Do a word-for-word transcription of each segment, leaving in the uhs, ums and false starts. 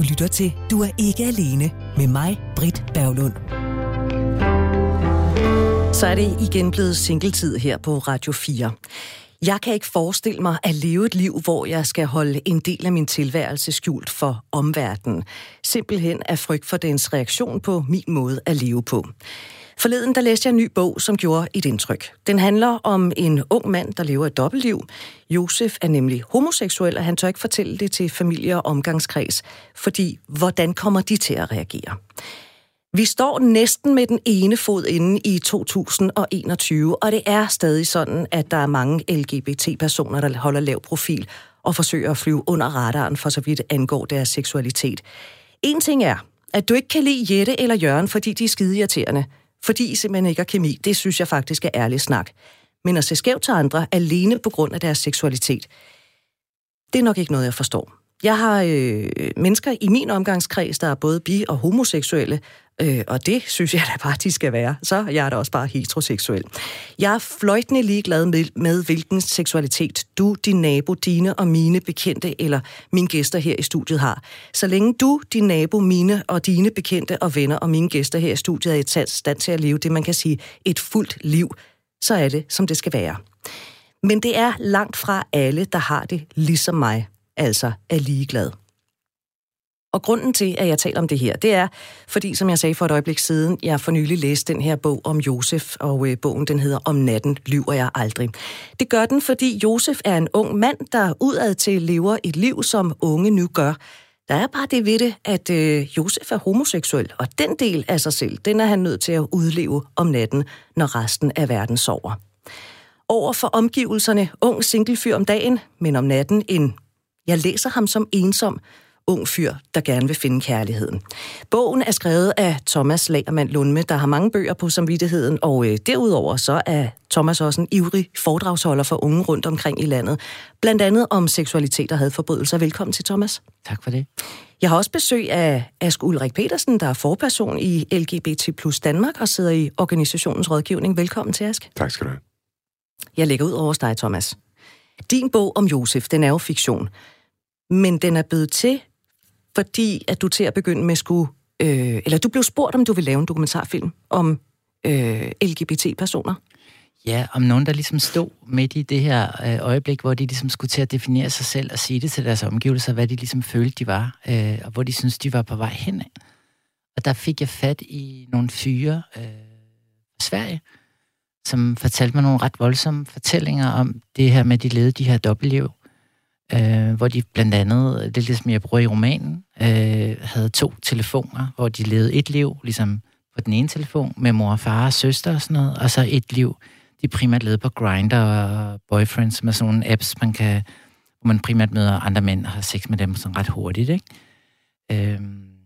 lytter til Du er ikke alene med mig, Britt Berglund. Så er det igen blevet singletid her på Radio fire. Jeg kan ikke forestille mig at leve et liv, hvor jeg skal holde en del af min tilværelse skjult for omverdenen. Simpelthen af frygt for dens reaktion på min måde at leve på. Forleden der læste jeg en ny bog, som gjorde et indtryk. Den handler om en ung mand, der lever et dobbeltliv. Josef er nemlig homoseksuel, og han tør ikke fortælle det til familie og omgangskreds, fordi hvordan kommer de til at reagere? Vi står næsten med den ene fod inde i to tusind enogtyve, og det er stadig sådan, at der er mange L G B T-personer, der holder lav profil og forsøger at flyve under radaren, for så vidt angår deres seksualitet. En ting er, at du ikke kan lide Jette eller Jørgen, fordi de er skideirriterende, fordi I simpelthen ikke har kemi. Det synes jeg faktisk er ærlig snak. Men at se skævt til andre alene på grund af deres seksualitet, det er nok ikke noget, jeg forstår. Jeg har øh, mennesker i min omgangskreds, der er både bi- og homoseksuelle, øh, og det synes jeg da bare, de skal være. Så jeg er da også bare heteroseksuel. Jeg er fløjtende ligeglad med, med, hvilken seksualitet du, din nabo, dine og mine bekendte eller mine gæster her i studiet har. Så længe du, din nabo, mine og dine bekendte og venner og mine gæster her i studiet er i stand til at leve det, man kan sige, et fuldt liv, så er det, som det skal være. Men det er langt fra alle, der har det ligesom mig. Altså er ligeglad. Og grunden til, at jeg taler om det her, det er, fordi, som jeg sagde for et øjeblik siden, jeg for nylig læste den her bog om Josef, og øh, bogen den hedder Om natten lyver jeg aldrig. Det gør den, fordi Josef er en ung mand, der udad til lever et liv, som unge nu gør. Der er bare det ved det, at øh, Josef er homoseksuel, og den del af sig selv, den er han nødt til at udleve om natten, når resten af verden sover. Over for omgivelserne, ung singlefyr om dagen, men om natten en Jeg læser ham som ensom, ung fyr, der gerne vil finde kærligheden. Bogen er skrevet af Thomas Lagermand Lundme, der har mange bøger på samvittigheden, og øh, derudover så er Thomas også en ivrig foredragsholder for unge rundt omkring i landet. Blandt andet om seksualitet og hadforbrydelser. Velkommen til, Thomas. Tak for det. Jeg har også besøg af Ask Ulrik Petersen, der er forperson i L G B T plus Danmark og sidder i organisationens rådgivning. Velkommen til, Ask. Tak skal du have. Jeg lægger ud over dig, Thomas. Din bog om Josef, den er jo fiktion. Men den er blevet til, fordi at du til at begynde med skulle... Øh, eller du blev spurgt, om du ville lave en dokumentarfilm om øh, L G B T-personer. Ja, om nogen, der ligesom stod midt i det her øh, øjeblik, hvor de ligesom skulle til at definere sig selv og sige det til deres omgivelser, hvad de ligesom følte, de var, øh, og hvor de synes de var på vej henad. Og der fik jeg fat i nogle fyre øh, fra Sverige, som fortalte mig nogle ret voldsomme fortællinger om det her med, at de levede de her dobbeltliv. Øh, hvor de blandt andet, det er ligesom jeg bruger i romanen, øh, havde to telefoner, hvor de levede et liv, ligesom på den ene telefon, med mor og far og søster og sådan noget, og så et liv, de primært levede på Grindr og Boyfriends, med sådan nogle apps, man kan, hvor man primært møder andre mænd og har sex med dem sådan ret hurtigt, ikke? Øh,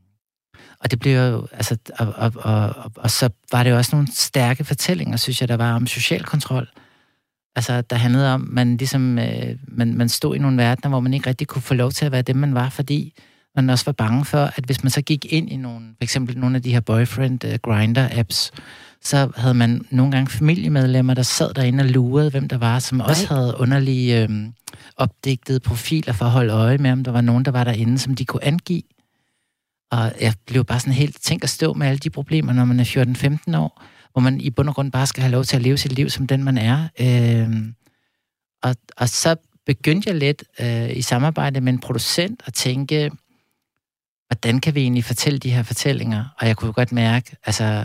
og det blev jo, altså, og, og, og, og, og så var det jo også nogle stærke fortællinger, synes jeg, der var om social kontrol. Altså, der handlede om, man ligesom, øh, man, man stod i nogle verdener, hvor man ikke rigtig kunne få lov til at være det, man var, fordi man også var bange for, at hvis man så gik ind i nogle, for eksempel nogle af de her boyfriend uh, Grindr-apps, så havde man nogle gange familiemedlemmer, der sad derinde og lurede, hvem der var, som Nej. også havde underlige øh, opdigtede profiler for at holde øje med, om der var nogen, der var derinde, som de kunne angive. Og jeg blev bare sådan helt tænkt at stå med alle de problemer, når man er fjorten femten år, hvor man i bund og grund bare skal have lov til at leve sit liv som den, man er. Øh, og, og så begyndte jeg lidt øh, i samarbejde med en producent at tænke, hvordan kan vi egentlig fortælle de her fortællinger? Og jeg kunne godt mærke, altså,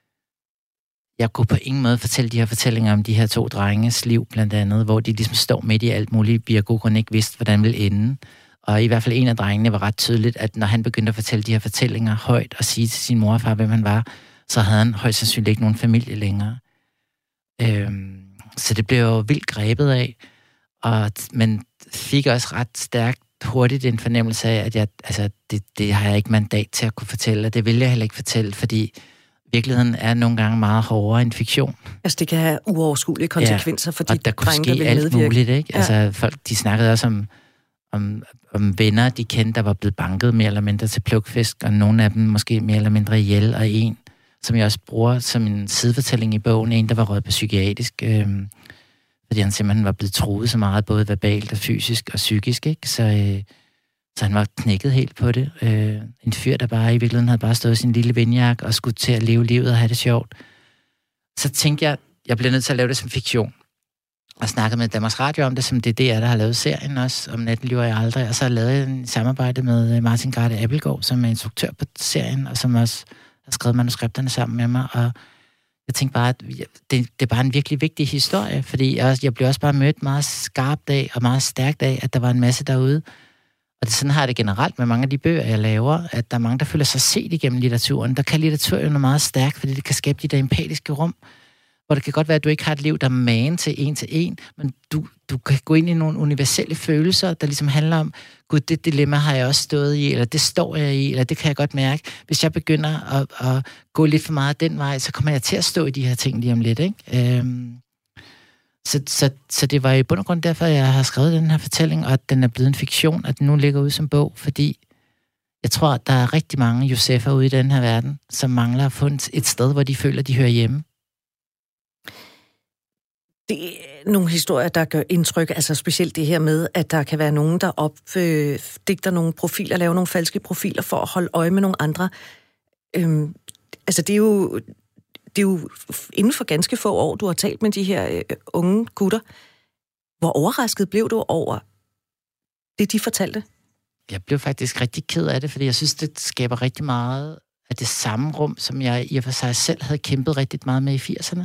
jeg kunne på ingen måde fortælle de her fortællinger om de her to drenges liv, blandt andet, hvor de ligesom står midt i alt muligt, vi af god grund ikke vidste, hvordan det ville ende. Og i hvert fald en af drengene var ret tydeligt, at når han begyndte at fortælle de her fortællinger højt og sige til sin mor og far, hvem han var, så havde han højst sandsynligt ikke nogen familie længere. Øhm, så det blev jo vildt grebet af, og, men fik også ret stærkt hurtigt en fornemmelse af, at jeg, altså, det, det har jeg ikke mandat til at kunne fortælle, og det vil jeg heller ikke fortælle, fordi virkeligheden er nogle gange meget hårdere end fiktion. Altså det kan have uoverskuelige konsekvenser, ja, for de og der kunne drenge, ske der alt medvirke. muligt, ikke? Ja. Altså folk, de snakkede også om, om, om venner, de kendte, der var blevet banket mere eller mindre til plukfisk, og nogle af dem måske mere eller mindre ihjel, og en, som jeg også bruger som en sidefortælling i bogen, en, der var røget på psykiatrisk, øh, fordi han simpelthen var blevet truet så meget, både verbalt og fysisk og psykisk, ikke? Så, øh, Så han var knækket helt på det. Øh, en fyr, der bare i virkeligheden havde bare stået i sin lille vindjakke og skulle til at leve livet og have det sjovt. Så tænkte jeg, jeg bliver nødt til at lave det som fiktion. Og snakkede med Danmarks Radio om det, som det er D R, der har lavet serien også, om Natten lyver jeg aldrig. Og så har jeg lavet en samarbejde med Martin Garde Appelgaard, som er instruktør på serien, og som også har skrevet manuskripterne sammen med mig. Og jeg tænkte bare, at det, det er bare en virkelig vigtig historie, fordi jeg, jeg blev også bare mødt meget skarpt af, og meget stærkt af, at der var en masse derude. Og det, sådan har jeg det generelt med mange af de bøger, jeg laver, at der er mange, der føler sig set igennem litteraturen. Der kan litteratur jo noget meget stærkt, fordi det kan skabe de der empatiske rum, hvor det kan godt være, at du ikke har et liv, der er magen til en til en, men du, du kan gå ind i nogle universelle følelser, der ligesom handler om, gud, det dilemma har jeg også stået i, eller det står jeg i, eller det kan jeg godt mærke. Hvis jeg begynder at, at gå lidt for meget den vej, så kommer jeg til at stå i de her ting lige om lidt, ikke? Øhm, så, så, så det var i bund og grund derfor, jeg har skrevet den her fortælling, og at den er blevet en fiktion, at den nu ligger ude som bog, fordi jeg tror, at der er rigtig mange Josefer ude i den her verden, som mangler at få et sted, hvor de føler, de hører hjemme. Det er nogle historier, der gør indtryk, altså specielt det her med, at der kan være nogen, der opdigter nogle profiler, laver nogle falske profiler for at holde øje med nogle andre. Øhm, altså det er jo det er jo inden for ganske få år, du har talt med de her øh, unge gutter. Hvor overrasket blev du over det, de fortalte? Jeg blev faktisk rigtig ked af det, fordi jeg synes, det skaber rigtig meget af det samme rum, som jeg i og for sig selv havde kæmpet rigtig meget med i firserne.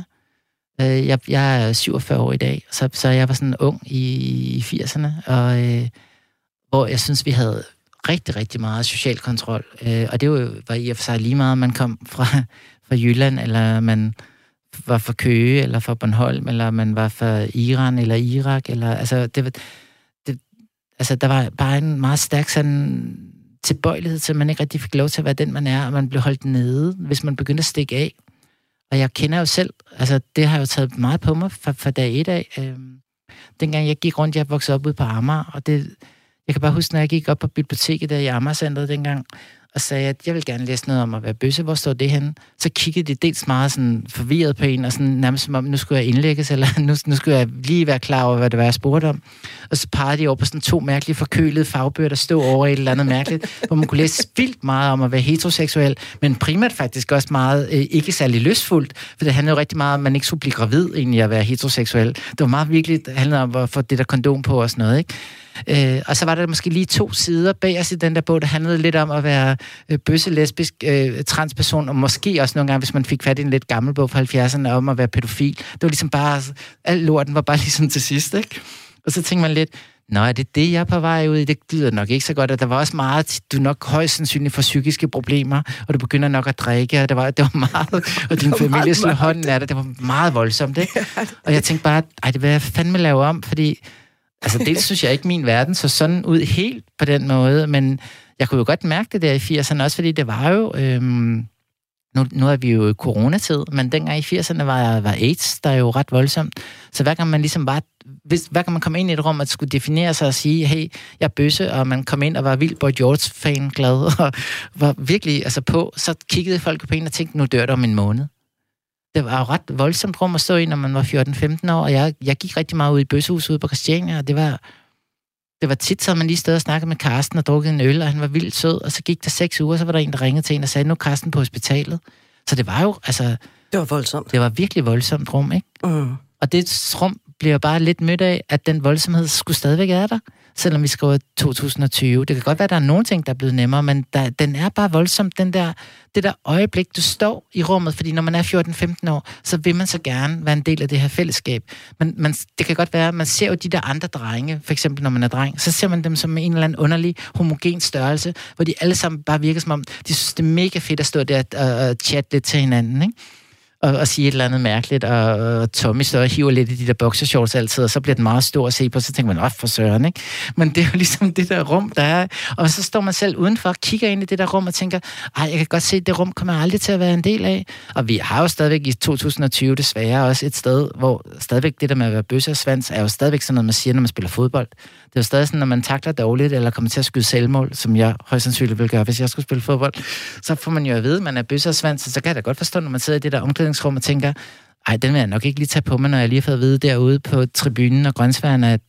Jeg, jeg er syvogfyrre år i dag, så, så jeg var sådan ung i, i firserne, og øh, hvor jeg synes, vi havde rigtig, rigtig meget social kontrol. Øh, og det var, var i og for sig lige meget, om man kom fra, fra Jylland, eller man var fra Køge, eller fra Bornholm, eller man var fra Iran, eller Irak, eller altså, det, det, altså der var bare en meget stærk sådan tilbøjelighed til, at man ikke rigtig fik lov til at være den, man er, og man blev holdt nede, hvis man begyndte at stikke af. Og jeg kender jo selv, altså det har jeg jo taget meget på mig fra, fra dag et af. Øhm, dengang jeg gik rundt, jeg voksede op ude på Amager, og det, jeg kan bare huske, når jeg gik op på biblioteket der i Amagercentret dengang, og sagde, at jeg vil gerne læse noget om at være bøsse, hvor står det henne? Så kiggede de dels meget sådan forvirret på en, og sådan nærmest som om, nu skulle jeg indlægges, eller nu, nu skulle jeg lige være klar over, hvad det var, jeg spurgte om. Og så pegede de over på sådan to mærkelige forkølede fagbøger, der stod over et eller andet mærkeligt, hvor man kunne læse vildt meget om at være heteroseksuel, men primært faktisk også meget øh, ikke særlig lystfuldt, for det handlede jo rigtig meget om, at man ikke skulle blive gravid egentlig at være heteroseksuel. Det var meget virkelig, det handlede om at få det der kondom på og sådan noget, ikke? Øh, og så var der måske lige to sider bag os i den der bog, der handlede lidt om at være øh, bøsse, lesbisk, øh, transperson, og måske også nogle gange, hvis man fik fat i en lidt gammel bog fra halvfjerdserne, om at være pædofil. Det var ligesom bare, al lorten var bare ligesom til sidst, ikke? Og så tænkte man lidt, nå, er det det, jeg er på vej ud i? Det lyder nok ikke så godt, og der var også meget, du er nok højst sandsynligt for psykiske problemer, og du begynder nok at drikke, og det var, det var meget, og din familie slog hånden af det, det var meget voldsomt, ikke? Og jeg tænkte bare, ej, det vil jeg fandme lave om, fordi altså, dels synes jeg ikke, min verden så sådan ud helt på den måde, men jeg kunne jo godt mærke det der i firserne, også fordi det var jo, øhm, nu, nu er vi jo i coronatid, men dengang i firserne var, var AIDS, der er jo ret voldsomt. Så hver gang man ligesom var, hvis, hver gang man kom ind i et rum, at skulle definere sig og sige, hey, jeg er bøsse, og man kom ind og var vildt Boy George-fan glad, og var virkelig altså på, så kiggede folk på en og tænkte, nu dør det om en måned. Det var jo ret voldsomt rum at stå i, når man var fjorten femten år, og jeg, jeg gik rigtig meget ud i bøssehuset ude på Christiania, og det var, det var tit, så man lige stod og snakkede med Karsten og drukkede en øl, og han var vildt sød, og så gik der seks uger, så var der en, der ringede til en og sagde, nu er Karsten på hospitalet. Så det var jo, altså... Det var voldsomt. Det var virkelig voldsomt rum, ikke? Mm. Og det rum bliver bare lidt mødt af, at den voldsomhed skulle stadigvæk være der, selvom vi skriver to tusind og tyve. Det kan godt være, at der er nogle ting, der er blevet nemmere, men der, den er bare voldsom, den der, det der øjeblik, du står i rummet, fordi når man er fjorten femten år, så vil man så gerne være en del af det her fællesskab. Men man, det kan godt være, at man ser jo de der andre drenge, for eksempel når man er dreng, så ser man dem som en eller anden underlig, homogen størrelse, hvor de alle sammen bare virker som om, de synes, det er mega fedt at stå der og, og chatte lidt til hinanden, ikke? Og, og sige et eller andet mærkeligt, og, og Tommy står og hiver lidt i de der boxershorts altid, og så bliver den meget stor at se på, så tænker man, åh, for søren, ikke? Men det er jo ligesom det der rum, der er, og så står man selv udenfor, kigger ind i det der rum og tænker, ej, jeg kan godt se, at det rum kommer jeg aldrig til at være en del af. Og vi har jo stadigvæk i to tusind og tyve desværre også et sted, hvor stadigvæk det der med at være bøsse og svans, er jo stadigvæk sådan noget, man siger, når man spiller fodbold. Det er jo stadig sådan, når man takler dårligt, eller kommer til at skyde selvmål, som jeg højst sandsynligt ville gøre, hvis jeg skulle spille fodbold, så får man jo at vide, at man er bøsse og svans, så kan jeg da godt forstå, når man sidder i det der omklædningsrum og tænker, ej, den vil jeg nok ikke lige tage på mig, når jeg lige har fået at vide derude på tribunen og grøntsværen, at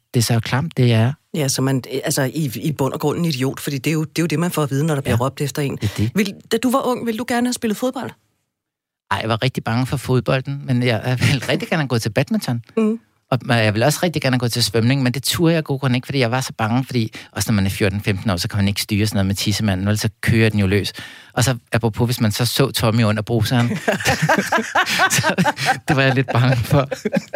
det er så klamt, det er. Ja, så man, altså i, i bund og grund en idiot, fordi det er, jo, det er jo det, man får at vide, når der bliver ja, råbt efter en. Det det. Vil, da du var ung, ville du gerne have spillet fodbold? Ej, jeg var rigtig bange for fodbolden, men jeg, jeg ville rigtig gerne have gået til badminton. Mm. Og jeg ville også rigtig gerne have gået til svømning, men det turde jeg god grund ikke, fordi jeg var så bange, fordi også når man er fjorten femten år, så kan man ikke styre sådan noget med tissemanden, ellers så kører den jo løs. Og så, apropos, hvis man så så Tommy under bruseren, så det var jeg lidt bange for.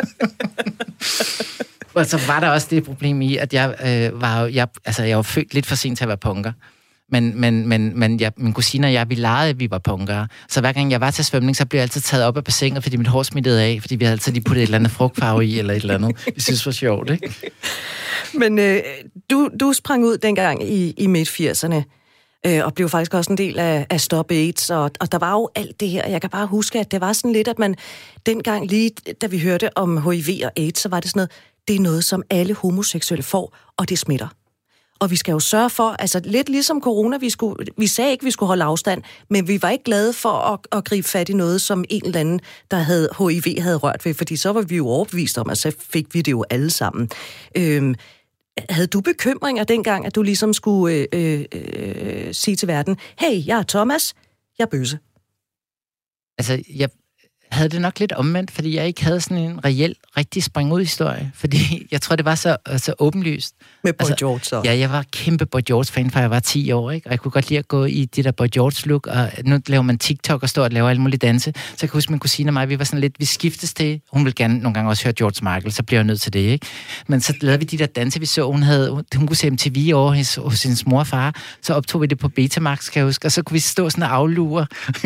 Og så var der også det problem i, at jeg øh, var jeg, altså jeg var født lidt for sent til at være punker. Men, men, men, men jeg, min kusine og jeg, vi legede, at vi var punkere. Så hver gang jeg var til svømning, så blev jeg altid taget op af bassinet, fordi mit hår smittede af, fordi vi havde altid lige puttet et eller andet frugtfarve i, eller et eller andet. Vi synes det var sjovt, ikke? Men øh, du, du sprang ud dengang i, i midt firserne, øh, og blev faktisk også en del af, af Stop AIDS, og, og der var jo alt det her. Jeg kan bare huske, at det var sådan lidt, at man dengang lige, da vi hørte om H I V og AIDS, så var det sådan noget, det er noget, som alle homoseksuelle får, og det smitter. Og vi skal jo sørge for, altså lidt ligesom corona, vi, skulle, vi sagde ikke, vi skulle holde afstand, men vi var ikke glade for at, at gribe fat i noget, som en eller anden, der havde H I V, havde rørt ved, fordi så var vi jo overbevist om, at så fik vi det jo alle sammen. Øhm, havde du bekymringer dengang, at du ligesom skulle øh, øh, sige til verden, hey, jeg er Thomas, jeg er bøsse? Altså, jeg havde det nok lidt omvendt, fordi jeg ikke havde sådan en reel, rigtig spring ud historie, fordi jeg tror, det var så, så åbenlyst. Med Boy altså, George så? Ja, jeg var kæmpe Boy George-fan, fra jeg var ti år, ikke? Og jeg kunne godt lide at gå i det der Boy George-look, og nu laver man TikTok og står og laver alle mulige danse. Så jeg kan huske, min kusine og mig, vi var sådan lidt, vi skiftes til, hun ville gerne nogle gange også høre George Michael, så bliver jeg nødt til det, ikke? Men så lavede vi de der danse, vi så, hun havde, hun kunne se M T V over hos, hos hendes mor og far, så optog vi det på Betamax, kan jeg huske, og så kunne vi stå sådan og aflure.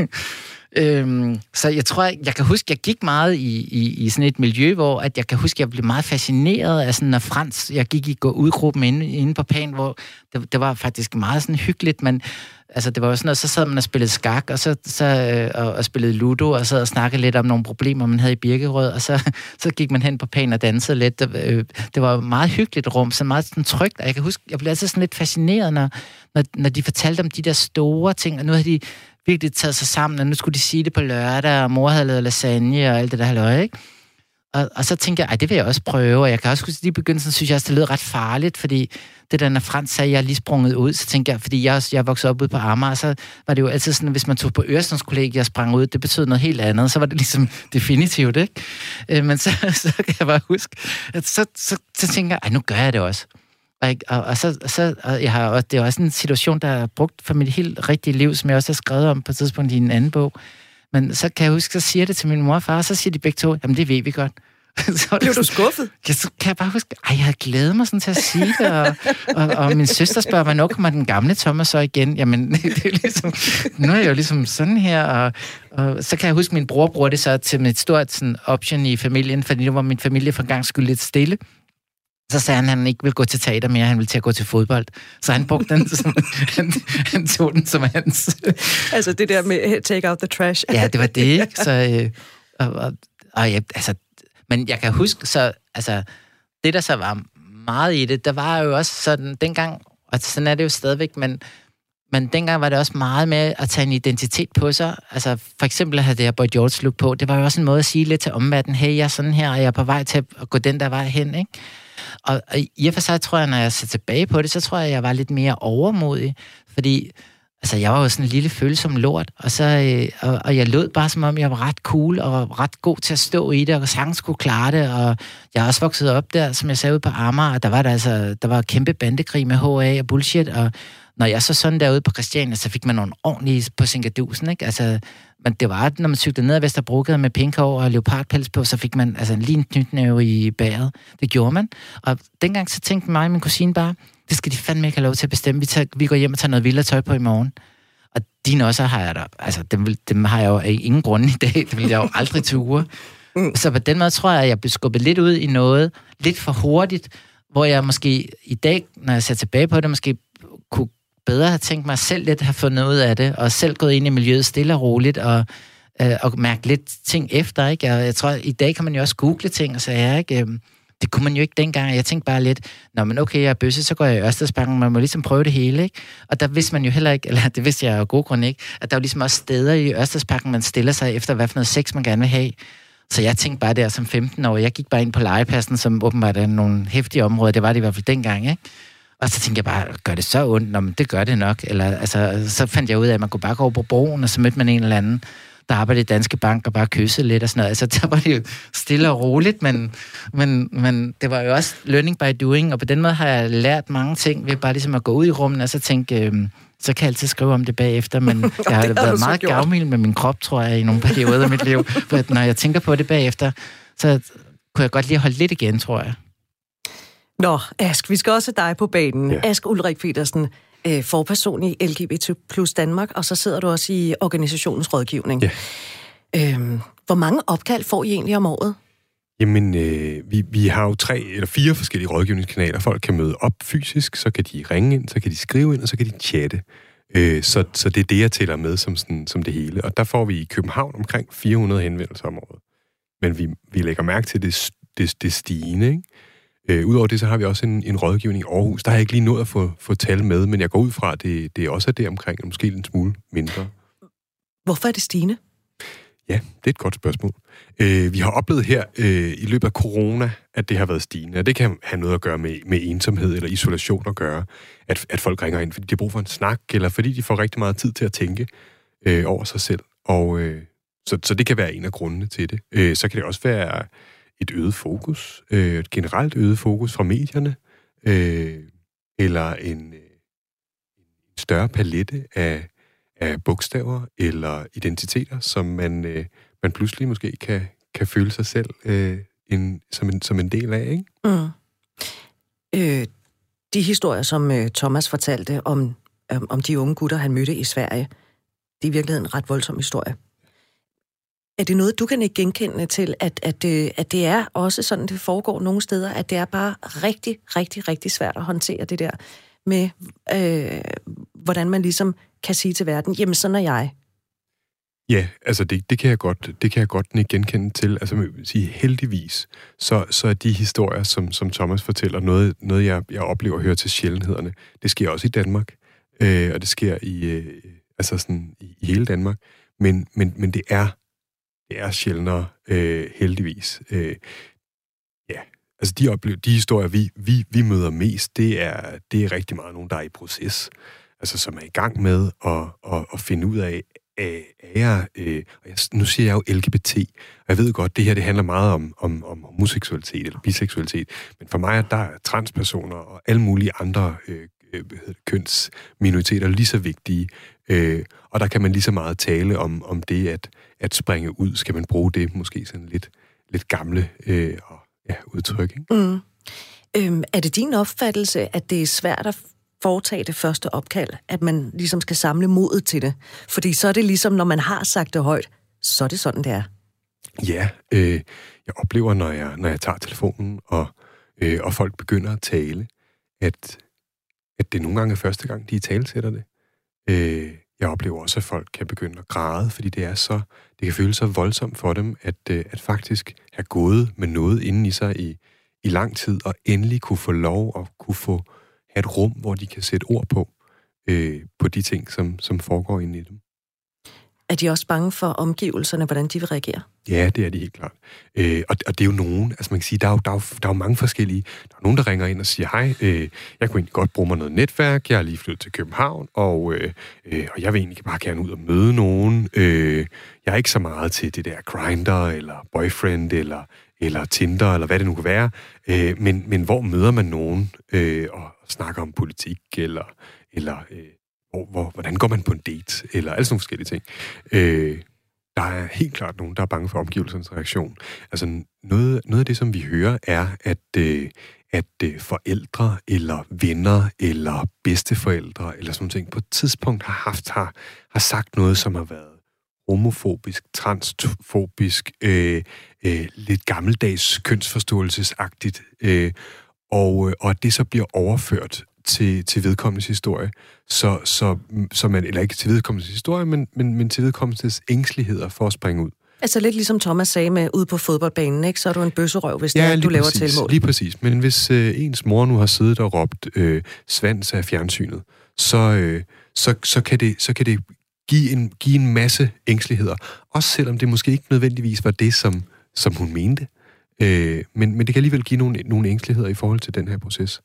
Øhm, så jeg tror, jeg, jeg kan huske, jeg gik meget i, i, i sådan et miljø, hvor at jeg kan huske, jeg blev meget fascineret af sådan, når Frans, jeg gik i gå ud-gruppen inde, inde på Pan, hvor det, det var faktisk meget sådan hyggeligt, men altså det var jo sådan noget, så sad man og spillede skak, og så, så øh, og, og spillede ludo, og sad og snakkede lidt om nogle problemer, man havde i Birkerød, og så, så gik man hen på Pan og dansede lidt. Det, øh, det var meget hyggeligt rum, så meget sådan trygt, og jeg kan huske, jeg blev altid sådan lidt fascineret, når, når, når de fortalte om de der store ting, og nu havde de virkelig taget sig sammen, og nu skulle de sige det på lørdag, og mor havde lavet lasagne og alt det der halløj, ikke? Og, og så tænkte jeg, ej, det vil jeg også prøve, og jeg kan også huske, at de begyndelsen, synes jeg også, det lød ret farligt, fordi det der, når Frans sagde, at jeg er lige sprunget ud, så tænkte jeg, fordi jeg, også, jeg voksede op ude på Amager, så var det jo altid sådan, hvis man tog på Øresundskollegiet og sprang ud, det betød noget helt andet, så var det ligesom definitivt, ikke? Øh, men så, så kan jeg bare huske, at så, så, så tænkte jeg, ej, nu gør jeg det også. Og, og, og, så, så, og jeg har, og det er også en situation, der er brugt for mit helt rigtige liv, som jeg også har skrevet om på et tidspunkt i en anden bog. Men så kan jeg huske, så siger det til min mor og far, og så siger de begge to, jamen det ved vi godt. Så blev du skuffet? Ja, så kan jeg bare huske, ej, jeg havde glædet mig sådan til at sige det, og, og, og min søster spørger mig, når kommer den gamle Thomas så igen? Jamen, det er ligesom, nu er jeg jo ligesom sådan her, og, og så kan jeg huske, min bror bruger det så til et stort sådan, option i familien, fordi nu var min familie for en gang skyld lidt stille. Så sagde han, at han ikke ville gå til teater mere, han ville til at gå til fodbold. Så han brugte den som, han, han tog den som hans. Altså det der med take out the trash. Ja, det var det, ikke? Så, øh, og, og, og ja, altså, men jeg kan huske, så, altså, det der så var meget i det, der var jo også sådan, dengang, og sådan er det jo stadigvæk, men, men dengang var det også meget med at tage en identitet på sig. Altså for eksempel at have det her Boy George look på, det var jo også en måde at sige lidt til omverdenen, hey, jeg er sådan her, og jeg er på vej til at gå den der vej hen, ikke? Og, og i og for sig tror jeg, når jeg ser tilbage på det, så tror jeg, jeg var lidt mere overmodig, fordi altså, jeg var jo sådan en lille følsom lort, og, så, øh, og, og jeg lød bare som om, jeg var ret cool og ret god til at stå i det, og sagtens kunne klare det, og jeg har også vokset op der, som jeg sagde, ude på Amager, og der var der altså, der var kæmpe bandekrig med H A og bullshit, og når jeg så sådan derude på Christiania, så fik man nogle ordentlige på Sinkadusen, ikke? Altså, men det var, når man cyklede ned ad Vesterbrogade med pinkhår og leopardpels på, så fik man altså en lige en knytnæve i bæret. Det gjorde man. Og dengang så tænkte mig og min kusine bare, det skal de fandme ikke have lov til at bestemme. Vi, tager, vi går hjem og tager noget vildere tøj på i morgen. Og dine også har jeg der. Altså, dem, dem har jeg jo ingen grund i dag. Det vil jeg jo aldrig ture. Så på den måde tror jeg, at jeg blev skubbet lidt ud i noget, lidt for hurtigt, hvor jeg måske i dag, når jeg ser tilbage på det, måske kunne bedre have tænkt mig selv lidt have fundet ud af det, og selv gået ind i miljøet stille og roligt, og, øh, og mærke lidt ting efter, ikke? Og jeg tror, i dag kan man jo også google ting, og så er ikke... Det kunne man jo ikke dengang. Jeg tænkte bare lidt, nå, men okay, jeg er bøsse, så går jeg i Ørstedsparken, man må ligesom prøve det hele, ikke? Og der vidste man jo heller ikke, eller det vidste jeg jo god grund ikke, at der var ligesom også steder i Ørstedsparken, man stiller sig efter, hvad for noget sex man gerne vil have. Så jeg tænkte bare der som femten-årig, jeg gik bare ind på legepladsen, som åbenbart er nogle hæftige områder, det var det i hvert fald dengang, ikke? Og så tænkte jeg bare, gør det så ondt? Nå, men det gør det nok. Eller, altså, så fandt jeg ud af, at man kunne bare gå over på broen, og så mødte man en eller anden, der arbejdede i Danske Bank, og bare kysse lidt og sådan noget. Altså, der var det jo stille og roligt, men, men, men det var jo også learning by doing, og på den måde har jeg lært mange ting ved bare ligesom at gå ud i rummet, og så tænke, øh, så kan jeg altid skrive om det bagefter, men jeg har været meget gavmild med min krop, tror jeg, i nogle perioder af mit liv. For når jeg tænker på det bagefter, så kunne jeg godt lige holde lidt igen, tror jeg. Nå, Ask, vi skal også have dig på banen. Ja. Ask Ulrik Petersen, øh, forperson i L G B T plus Danmark, og så sidder du også i organisationens rådgivning. Ja. Øhm, hvor mange opkald får I egentlig om året? Jamen, øh, vi, vi har jo tre eller fire forskellige rådgivningskanaler. Folk kan møde op fysisk, så kan de ringe ind, så kan de skrive ind, og så kan de chatte. Øh, så, så det er det, jeg tæller med som, sådan, som det hele. Og der får vi i København omkring fire hundrede henvendelser om året. Men vi, vi lægger mærke til det, det, det stigende, ikke? Øh, Udover det, så har vi også en, en rådgivning i Aarhus. Der har jeg ikke lige nået at få, få tal med, men jeg går ud fra, at det, det også er det omkring, måske en smule mindre. Hvorfor er det stigende? Ja, det er et godt spørgsmål. Øh, vi har oplevet her øh, i løbet af corona, at det har været stigende, og det kan have noget at gøre med, med ensomhed eller isolation at gøre, at, at folk ringer ind, fordi de har brug for en snak, eller fordi de får rigtig meget tid til at tænke øh, over sig selv. Og, øh, så, så det kan være en af grundene til det. Øh, så kan det også være et øget fokus, øh, et generelt øget fokus fra medierne, øh, eller en, øh, en større palette af, af bogstaver eller identiteter, som man, øh, man pludselig måske kan, kan føle sig selv øh, en, som, en, som en del af, ikke? Mm. Øh, de historier, som øh, Thomas fortalte om, øh, om de unge gutter, han mødte i Sverige, det er i virkeligheden en ret voldsom historie. Er det noget, du kan ikke genkende til, at, at, at det er også sådan, det foregår nogle steder, at det er bare rigtig, rigtig, rigtig svært at håndtere det der med, øh, hvordan man ligesom kan sige til verden, jamen sådan er jeg. Ja, altså det, det kan jeg godt, det kan jeg godt ikke genkende til. Altså man vil sige, heldigvis, så, så er de historier, som, som Thomas fortæller, noget, noget jeg, jeg oplever og hører til sjældenhederne. Det sker også i Danmark, øh, og det sker i, øh, altså sådan, i, i hele Danmark. Men, men, men det er Det er sjældnere, øh, heldigvis. Øh, ja, altså de, oplever, de historier, vi, vi, vi møder mest, det er, det er rigtig meget nogen, der er i proces. Altså som er i gang med at, at, at finde ud af, er jeg, øh, og jeg, nu siger jeg jo L G B T, og jeg ved godt, det her det handler meget om, om, om homoseksualitet eller biseksualitet, men for mig er der transpersoner og alle mulige andre øh, kønsminoriteter lige så vigtige, øh, og der kan man lige så meget tale om, om det at, at springe ud, skal man bruge det måske sådan lidt, lidt gamle øh, og, ja, udtryk. Ikke? Mm. Øhm, er det din opfattelse, at det er svært at foretage det første opkald, at man ligesom skal samle modet til det? Fordi så er det ligesom, når man har sagt det højt, så er det sådan, det er. Ja, øh, jeg oplever, når jeg, når jeg tager telefonen, og, øh, og folk begynder at tale, at at det nogle gange er første gang, de talesætter det. Øh, jeg oplever også, at folk kan begynde at græde, fordi det er så, det kan føles så voldsomt for dem, at, at faktisk have gået med noget inden i sig i, i lang tid, og endelig kunne få lov at kunne få have et rum, hvor de kan sætte ord på, øh, på de ting, som, som foregår inde i dem. Er de også bange for omgivelserne, hvordan de vil reagere? Ja, det er de helt klart. Øh, og, og det er jo nogen, altså man kan sige, der er jo, der er jo, der er jo mange forskellige. Der er nogen, der ringer ind og siger, hej, øh, jeg kunne egentlig godt bruge mig noget netværk, jeg er lige flyttet til København, og, øh, øh, og jeg vil egentlig bare gerne ud og møde nogen. Øh, jeg er ikke så meget til det der Grindr, eller Boyfriend, eller, eller Tinder, eller hvad det nu kan være. Øh, men, men hvor møder man nogen øh, og snakker om politik, eller... eller øh, Hvor, hvor, hvordan går man på en date, eller alle sådan nogle forskellige ting. Øh, der er helt klart nogen, der er bange for omgivelsernes reaktion. Altså noget, noget af det, som vi hører, er, at, øh, at øh, forældre, eller venner, eller bedsteforældre, eller sådan nogle ting, på et tidspunkt har haft, har, har sagt noget, som har været homofobisk, transfobisk, øh, øh, lidt gammeldags kønsforståelsesagtigt, øh, og, og at det så bliver overført til, til vedkommendes historie, så, så, så man, eller ikke til vedkommendes historie, men, men, men til vedkommendes ængsteligheder for at springe ud. Altså lidt ligesom Thomas sagde med ude på fodboldbanen, ikke? Så er du en bøsserøv, hvis ja, det er, du laver præcis, tilmål. Lige præcis. Men hvis øh, ens mor nu har siddet og råbt øh, svans af fjernsynet, så, øh, så, så, kan det, så kan det give en, give en masse ængsteligheder. Også selvom det måske ikke nødvendigvis var det, som, som hun mente. Øh, men, men det kan alligevel give nogle, nogle ængsteligheder i forhold til den her proces.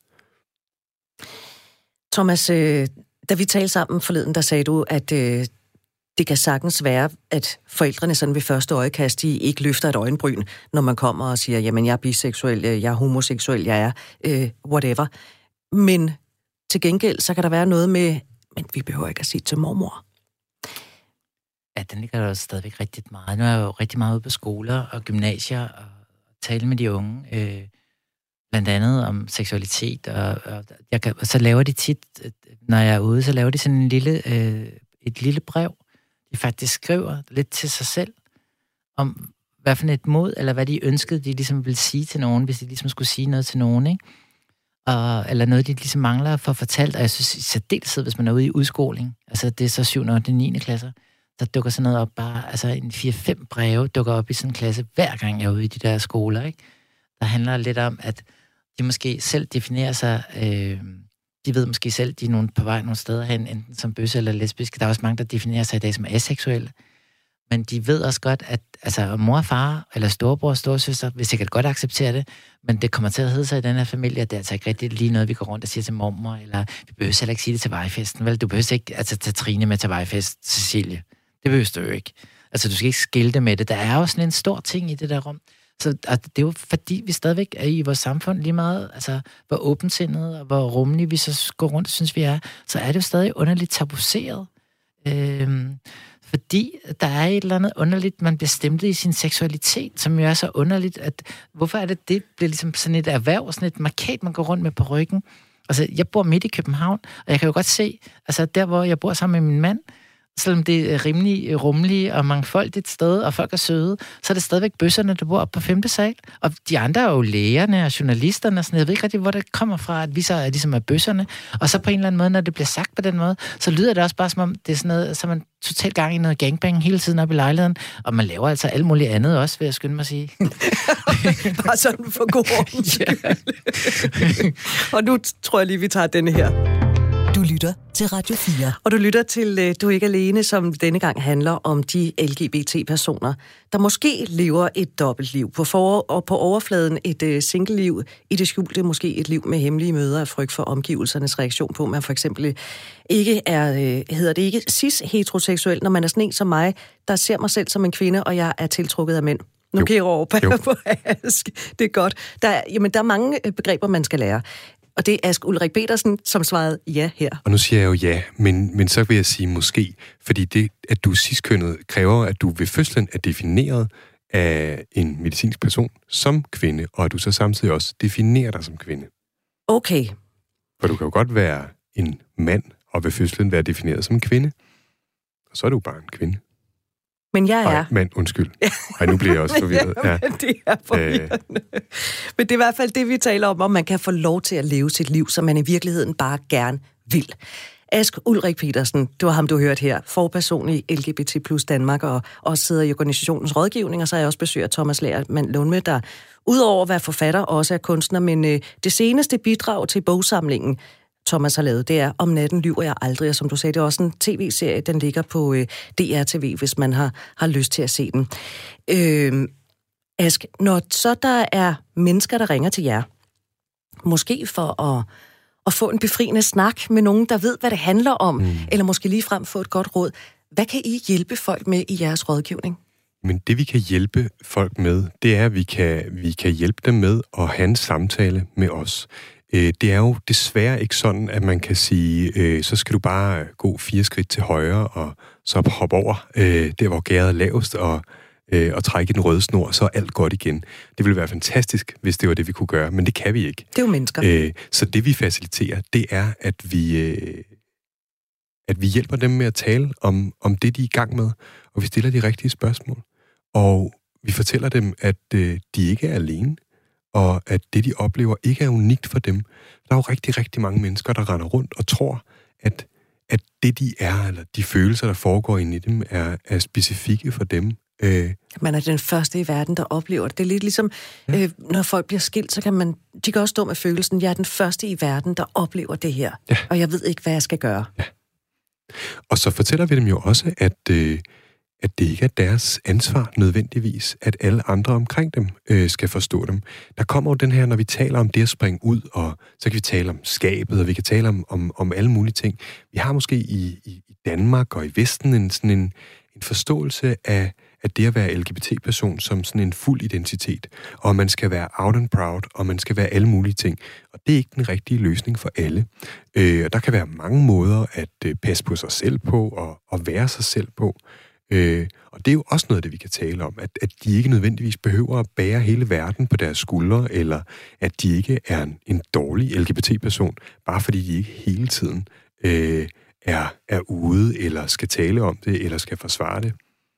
Thomas, øh, da vi talte sammen forleden, der sagde du, at øh, det kan sagtens være, at forældrene sådan ved første øjekast, de ikke løfter et øjenbryn, når man kommer og siger, jamen jeg er biseksuel, jeg er homoseksuel, jeg er øh, whatever. Men til gengæld, så kan der være noget med, men vi behøver ikke at sige til mormor. Ja, den ligger der stadigvæk rigtig meget. Nu er jeg jo rigtig meget ude på skoler og gymnasier og tale med de unge, øh, blandt andet om seksualitet. Og, og, jeg kan, og så laver de tit, når jeg er ude, så laver de sådan en lille, øh, et lille brev. De faktisk skriver lidt til sig selv om, hvad for et mod, eller hvad de ønskede, de ligesom ville sige til nogen, hvis de ligesom skulle sige noget til nogen, ikke? Og, eller noget, de ligesom mangler for fortalt. Og jeg synes i særdeleshed, hvis man er ude i udskoling, altså det er så syvende og niende klasser, der dukker sådan noget op bare, altså en fire fem breve dukker op i sådan en klasse, hver gang jeg er ude i de der skoler, ikke? Der handler lidt om, at de måske selv definerer sig, øh, de ved måske selv, de er nogen på vej nogle steder hen, enten som bøsse eller lesbiske. Der er også mange, der definerer sig i dag som aseksuelle. Men de ved også godt, at altså, mor og far, eller storebror og storesøster, vil sikkert godt acceptere det, men det kommer til at hedde sig i den her familie, at det er altså ikke rigtig lige noget, vi går rundt og siger til mormor, eller vi behøver heller ikke sige det til vejfesten, vel? Du behøver ikke altså, tage Trine med til vejfest, Cecilie. Det behøver du jo ikke. Altså, du skal ikke skilte med det. Der er jo sådan en stor ting i det der rum. Så altså, det er jo fordi, vi stadigvæk er i vores samfund lige meget, altså, hvor åbensindet og hvor rummelige vi så går rundt og synes, vi er, så er det jo stadig underligt tabuiseret. Øhm, fordi der er et eller andet underligt, man bliver stemplet i sin seksualitet, som jo er så underligt, at hvorfor er det, det bliver ligesom sådan et erhverv, sådan et markat, man går rundt med på ryggen. Altså, jeg bor midt i København, og jeg kan jo godt se, altså der, hvor jeg bor sammen med min mand, selvom det er rimelig rummeligt og mangfoldigt sted, og folk er søde, så er det stadigvæk bøsserne, der bor oppe på femte sal. Og de andre er jo lægerne og journalisterne og sådan. Jeg ved ikke rigtig, hvor det kommer fra, at vi så er ligesom er bøsserne. Og så på en eller anden måde, når det bliver sagt på den måde, så lyder det også bare som om, det er sådan noget, så er man totalt gang i noget gangbang hele tiden op i lejligheden. Og man laver altså alt muligt andet også, vil jeg skynde mig at sige. Bare sådan for god ordens skyld. Og nu tror jeg lige, vi tager denne her. Du lytter til Radio fire. Og du lytter til Du er ikke alene, som denne gang handler om de L G B T-personer, der måske lever et dobbeltliv. På, for, og på overfladen et uh, single-liv, i det skjulte måske et liv med hemmelige møder af frygt for omgivelsernes reaktion på, man for eksempel ikke er, uh, hedder det ikke cis-heteroseksuel, når man er sådan en som mig, der ser mig selv som en kvinde, og jeg er tiltrukket af mænd. Nu kigger jeg over på, på Ask. Det er godt. Der, jamen, der er mange begreber, man skal lære. Og det er Ask Ulrik Petersen, som svarede ja her. Og nu siger jeg jo ja, men, men så vil jeg sige måske, fordi det, at du er cis-kønnet, kræver, at du ved fødslen er defineret af en medicinsk person som kvinde, og at du så samtidig også definerer dig som kvinde. Okay. For du kan jo godt være en mand, og ved fødslen være defineret som en kvinde, og så er du bare en kvinde. Men jeg er... Ej, mand, undskyld. Ej, nu bliver jeg også forvirret. Ja, men det er forvirrende. Æh... Men det er i hvert fald det, vi taler om, om man kan få lov til at leve sit liv, som man i virkeligheden bare gerne vil. Ask Ulrik Petersen, det var ham, du hørte her, forperson i L G B T plus Danmark, og også sidder i organisationens rådgivning, og så har jeg også besøgt Thomas Lagermand Lundme, der udover at være forfatter, også er kunstner, men øh, det seneste bidrag til bogsamlingen, Thomas har lavet, det er Om natten lyver jeg aldrig, og som du sagde, det er også en tv-serie, den ligger på øh, D R T V, hvis man har, har lyst til at se den. Øh, Ask, når så der er mennesker, der ringer til jer, måske for at, at få en befriende snak med nogen, der ved, hvad det handler om, mm. eller måske ligefrem få et godt råd, hvad kan I hjælpe folk med i jeres rådgivning? Men det, vi kan hjælpe folk med, det er, at vi kan, vi kan hjælpe dem med at have en samtale med os. Det er jo desværre ikke sådan, at man kan sige, øh, så skal du bare gå fire skridt til højre, og så hoppe over øh, der, hvor gæret er lavest, og, øh, og trække den røde snor, så er alt godt igen. Det ville være fantastisk, hvis det var det, vi kunne gøre, men det kan vi ikke. Det er jo mennesker. Øh, så det, vi faciliterer, det er, at vi, øh, at vi hjælper dem med at tale om, om det, de er i gang med, og vi stiller de rigtige spørgsmål. Og vi fortæller dem, at øh, de ikke er alene, og at det, de oplever, ikke er unikt for dem. Der er jo rigtig, rigtig mange mennesker, der render rundt og tror, at, at det, de er, eller de følelser, der foregår inde i dem, er, er specifikke for dem. Øh. Man er den første i verden, der oplever det. Det er lidt ligesom, ja. øh, når folk bliver skilt, så kan man, de kan også stå med følelsen, jeg er den første i verden, der oplever det her, ja. Og jeg ved ikke, hvad jeg skal gøre. Ja. Og så fortæller vi dem jo også, at, øh, at det ikke er deres ansvar nødvendigvis, at alle andre omkring dem øh, skal forstå dem. Der kommer jo den her, når vi taler om det at springe ud, og så kan vi tale om skabet, og vi kan tale om, om, om alle mulige ting. Vi har måske i, i Danmark og i Vesten en, sådan en, en forståelse af, at det at være L G B T-person som sådan en fuld identitet, og man skal være out and proud, og man skal være alle mulige ting. Og det er ikke den rigtige løsning for alle. Øh, og der kan være mange måder at øh, passe på sig selv på, og, og være sig selv på. Øh, og det er jo også noget af det, vi kan tale om, at, at de ikke nødvendigvis behøver at bære hele verden på deres skuldre, eller at de ikke er en, en dårlig L G B T-person, bare fordi de ikke hele tiden øh, er, er ude, eller skal tale om det, eller skal forsvare det.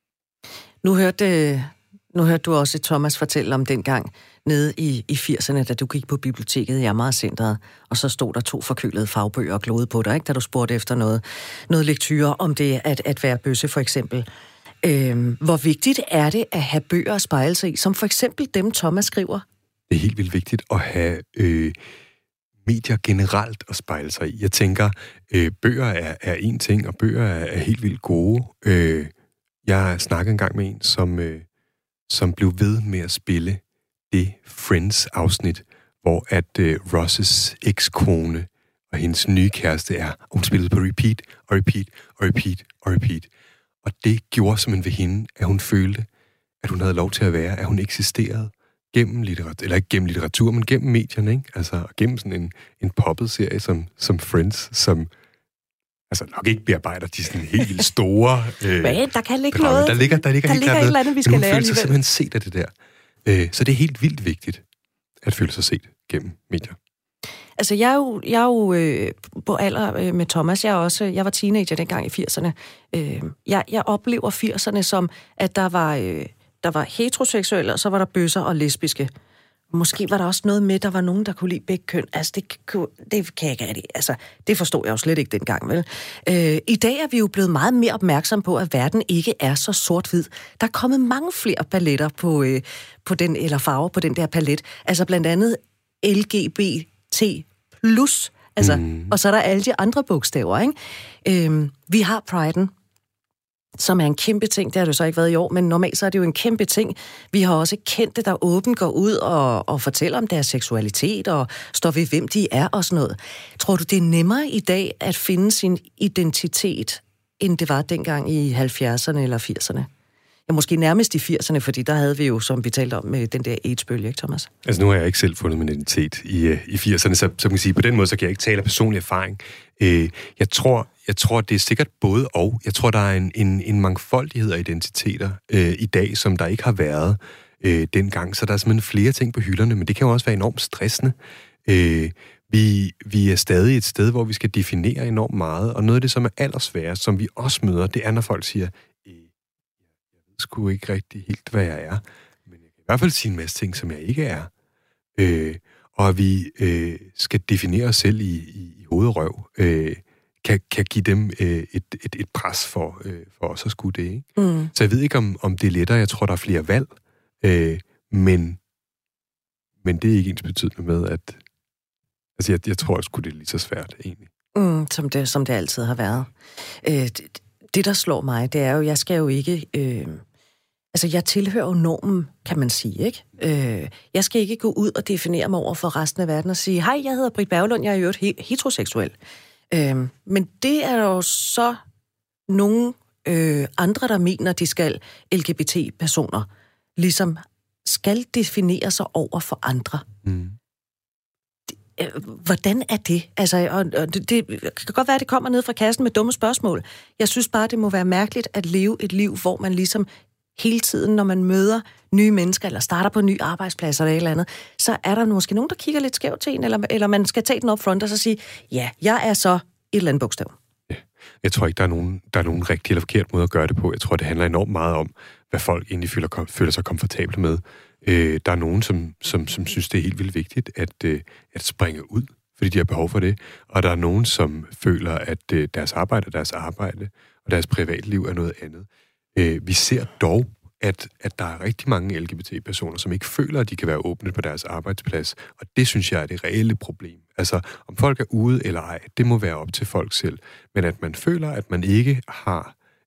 Nu hørte, nu hørte du også Thomas fortælle om dengang nede i, i firserne, da du gik på biblioteket i Amagercentret, og så stod der to forkølede fagbøger og glodede på dig, ikke? Da du spurgte efter noget, noget lektyre om det at, at være bøsse, for eksempel. Øhm, hvor vigtigt er det at have bøger at spejle sig i, som for eksempel dem, Thomas skriver? Det er helt vildt vigtigt at have øh, medier generelt at spejle sig i. Jeg tænker, øh, bøger er, er en ting, og bøger er, er helt vildt gode. Øh, jeg snakkede engang med en, som, øh, som blev ved med at spille det Friends-afsnit, hvor at øh, Rosses ekskone og hendes nye kæreste er, og hun spillede på repeat, og repeat, og repeat, og repeat. Og det gjorde simpelthen ved hende, at hun følte, at hun havde lov til at være, at hun eksisterede gennem litteratur, eller ikke gennem litteratur, men gennem medierne, ikke? Altså gennem sådan en, en poppet serie som, som Friends, som altså nok ikke bearbejder de sådan helt vildt store øh, Men der kan ligge drømme. noget. Der ligger, der ligger, der helt ligger et eller andet, vi skal men hun lære føler sig alligevel. simpelthen set af det der. Øh, så det er helt vildt vigtigt at føle sig set gennem medier. Altså, jeg er jo, jeg er jo øh, på alder øh, med Thomas. Jeg, er også, jeg var teenager dengang i firserne. Øh, jeg, jeg oplever firserne som, at der var, øh, der var heteroseksuelle, og så var der bøsser og lesbiske. Måske var der også noget med, der var nogen, der kunne lide begge køn. Altså, det, det kan jeg ikke rigtig. Altså, det forstod jeg jo slet ikke dengang, vel? Øh, I dag er vi jo blevet meget mere opmærksom på, at verden ikke er så sort-hvid. Der er kommet mange flere paletter på, øh, på den, eller farver på den der palet. Altså, blandt andet L G B T plus. Altså, mm. Og så er der alle de andre bogstaver, ikke? Øh, vi har Pride'en, som er en kæmpe ting. Det har det jo så ikke været i år, men normalt så er det jo en kæmpe ting. Vi har også kendte, der åbent går ud og, og fortæller om deres seksualitet og står ved, hvem de er og sådan noget. Tror du, det er nemmere i dag at finde sin identitet, end det var dengang i halvfjerdserne eller firserne? Ja, måske nærmest i firserne, fordi der havde vi jo, som vi talte om, med den der AIDS-bølge, ikke, Thomas? Altså, nu har jeg ikke selv fundet min identitet i, i firserne, så, så man kan sige, på den måde, så kan jeg ikke tale af personlig erfaring. Øh, jeg tror, jeg tror, det er sikkert både og. Jeg tror, der er en, en, en mangfoldighed af identiteter øh, i dag, som der ikke har været øh, dengang. Så der er simpelthen flere ting på hylderne, men det kan jo også være enormt stressende. Øh, vi, vi er stadig et sted, hvor vi skal definere enormt meget, og noget af det, som er allersværest, som vi også møder, det er, når folk siger, sgu ikke rigtig helt, hvad jeg er. Men jeg kan i hvert fald sige en masse ting, som jeg ikke er. Øh, og at vi øh, skal definere os selv i, i, i hoved og røv, øh, kan, kan give dem øh, et, et, et pres for, øh, for os at skulle det. Ikke? Mm. Så jeg ved ikke, om, om det er lettere. Jeg tror, der er flere valg. Øh, men, men det er ikke ens betydende med, at altså, jeg, jeg tror, at det er lige så svært, egentlig. Mm, som, det, som det altid har været. Øh, det, det, der slår mig, det er jo, jeg skal jo ikke... Øh, altså, jeg tilhører jo normen, kan man sige, ikke? Øh, jeg skal ikke gå ud og definere mig over for resten af verden og sige, hej, jeg hedder Britt Berglund, jeg er jo et heteroseksuel. Øh, men det er jo så nogle øh, andre, der mener, de skal L G B T-personer, ligesom skal definere sig over for andre. Mm. Hvordan er det? Altså, og, og det, det kan godt være, at det kommer ned fra kassen med dumme spørgsmål. Jeg synes bare, det må være mærkeligt at leve et liv, hvor man ligesom hele tiden, når man møder nye mennesker, eller starter på en ny arbejdsplads eller et eller andet, så er der måske nogen, der kigger lidt skævt til en, eller, eller man skal tage den op front og så sige, ja, jeg er så et eller andet bogstav. Ja. Jeg tror ikke, der er, nogen, der er nogen rigtig eller forkert måde at gøre det på. Jeg tror, det handler enormt meget om, hvad folk egentlig føler, føler sig komfortable med. Øh, der er nogen, som, som, som synes, det er helt vildt vigtigt at, øh, at springe ud, fordi de har behov for det. Og der er nogen, som føler, at øh, deres arbejde er deres arbejde, og deres privatliv er noget andet. Øh, vi ser dog, at, at der er rigtig mange L G B T-personer, som ikke føler, at de kan være åbne på deres arbejdsplads. Og det synes jeg er det reelle problem. Altså, om folk er ude eller ej, det må være op til folk selv. Men at man føler, at man ikke har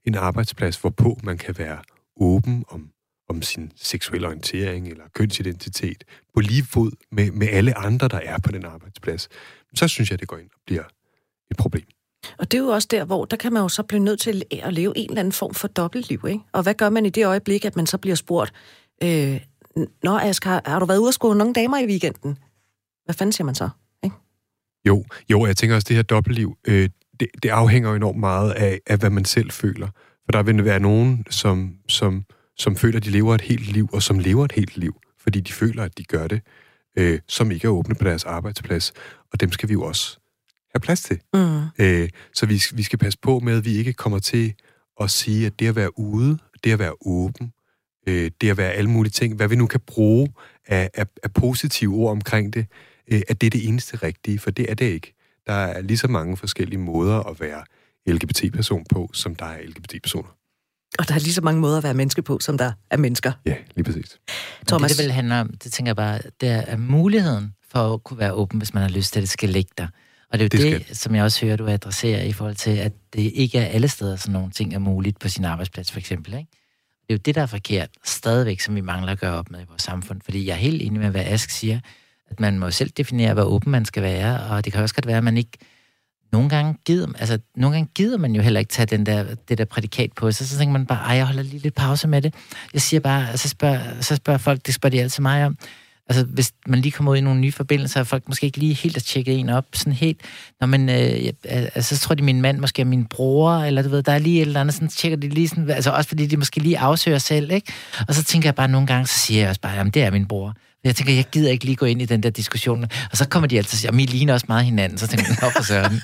en arbejdsplads, hvorpå man kan være åben om, om sin seksuelle orientering eller kønsidentitet på lige fod med, med alle andre, der er på den arbejdsplads, så synes jeg, det går ind og bliver et problem. Og det er jo også der, hvor der kan man jo så blive nødt til at leve en eller anden form for dobbeltliv, ikke? Og hvad gør man i det øjeblik, at man så bliver spurgt, øh, Nå, Asger, har du været ude at skåle nogle damer i weekenden? Hvad fanden siger man så? Ikke? Jo, jo, jeg tænker også, det her dobbeltliv, øh, det, det afhænger jo enormt meget af, af, hvad man selv føler. For der vil være nogen, som, som, som føler, at de lever et helt liv, og som lever et helt liv, fordi de føler, at de gør det, øh, som ikke er åbne på deres arbejdsplads. Og dem skal vi jo også have plads til. Mm. Øh, så vi, vi skal passe på med, at vi ikke kommer til at sige, at det at være ude, det at være åben, øh, det at være alle mulige ting, hvad vi nu kan bruge af, af, af positive ord omkring det, øh, at det er det eneste rigtige, for det er det ikke. Der er lige så mange forskellige måder at være L G B T-person på, som der er L G B T-personer. Og der er lige så mange måder at være menneske på, som der er mennesker. Ja, lige præcis. Thomas? Det, det vil handle om, det tænker jeg bare, det er muligheden for at kunne være åben, hvis man har lyst til, at det skal ligge der. Og det er jo det, det som jeg også hører, du adresserer i forhold til, at det ikke er alle steder, sådan nogle ting er muligt på sin arbejdsplads, for eksempel, ikke? Det er jo det, der er forkert, stadigvæk, som vi mangler at gøre op med i vores samfund. Fordi jeg er helt enig med, hvad Ask siger, at man må selv definere, hvor åben man skal være, og det kan også godt være, at man ikke nogle gange gider, altså nogle gange gider man jo heller ikke tage den der, det der prædikat på sig, så tænker man bare, ej, jeg holder lige lidt pause med det. Jeg siger bare, så spørger, så spørger folk, det spørger de altid mig om, altså hvis man lige kommer ud i nogle nye forbindelser, og folk måske ikke lige helt har tjekket en op, sådan helt, når man, øh, altså så tror de, min mand måske er min bror, eller du ved, der er lige et eller andet, sådan tjekker de lige sådan, altså også fordi de måske lige afsøger selv, ikke? Og så tænker jeg bare nogle gange, så siger jeg også bare, jamen det er min bror. Jeg tænker, jeg gider ikke lige gå ind i den der diskussion. Og så kommer de altid og siger, at I ligner også meget hinanden. Så tænker jeg, nå for søren.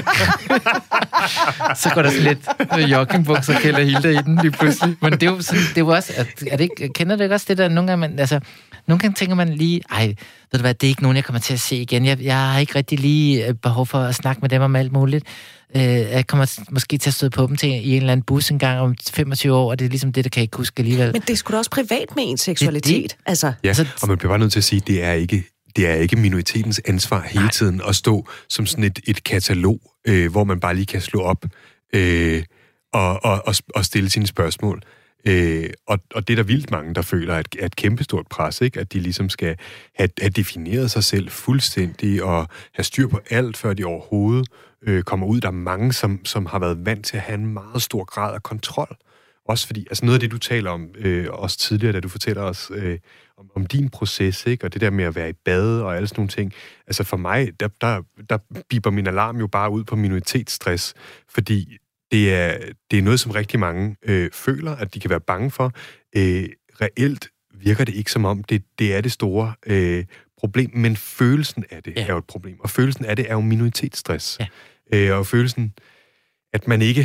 Så går der sådan lidt joggingbukser, Kjeld Hilda i den lige pludselig. Men det er jo, sådan, det er jo også, at, er det ikke, kender du ikke også det der, nogle gange, man, altså, nogle gange tænker man lige, ej, ved du hvad, det er ikke nogen, jeg kommer til at se igen. Jeg, jeg har ikke rigtig lige behov for at snakke med dem om alt muligt. Jeg kommer måske til at støde på dem til i en eller anden bus en gang om femogtyve år, og det er ligesom det, der kan jeg ikke huske alligevel. Men det er sgu da også privat med ens seksualitet. Det, det. Altså, ja, altså, og man bliver bare nødt til at sige, at det er ikke, det er ikke minoritetens ansvar hele tiden at stå som sådan et, et katalog, øh, hvor man bare lige kan slå op øh, og, og, og, og stille sine spørgsmål. Øh, og, og det er der vildt mange, der føler, at er et kæmpestort pres, ikke? At de ligesom skal have, have defineret sig selv fuldstændig og have styr på alt, før de overhovedet øh, kommer ud. Der er mange, som, som har været vant til at have en meget stor grad af kontrol. Også fordi, altså noget af det, du taler om, øh, også tidligere, da du fortæller os øh, om, om din proces, ikke? Og det der med at være i bad og alle sådan nogle ting. Altså for mig, der, der, der biber min alarm jo bare ud på minoritetsstress, fordi Det er, det er noget, som rigtig mange øh, føler, at de kan være bange for. Øh, reelt virker det ikke som om, det, det er det store øh, problem, men følelsen af det ja. er jo et problem. Og følelsen af det er jo minoritetsstress. Ja. Øh, og følelsen, at man ikke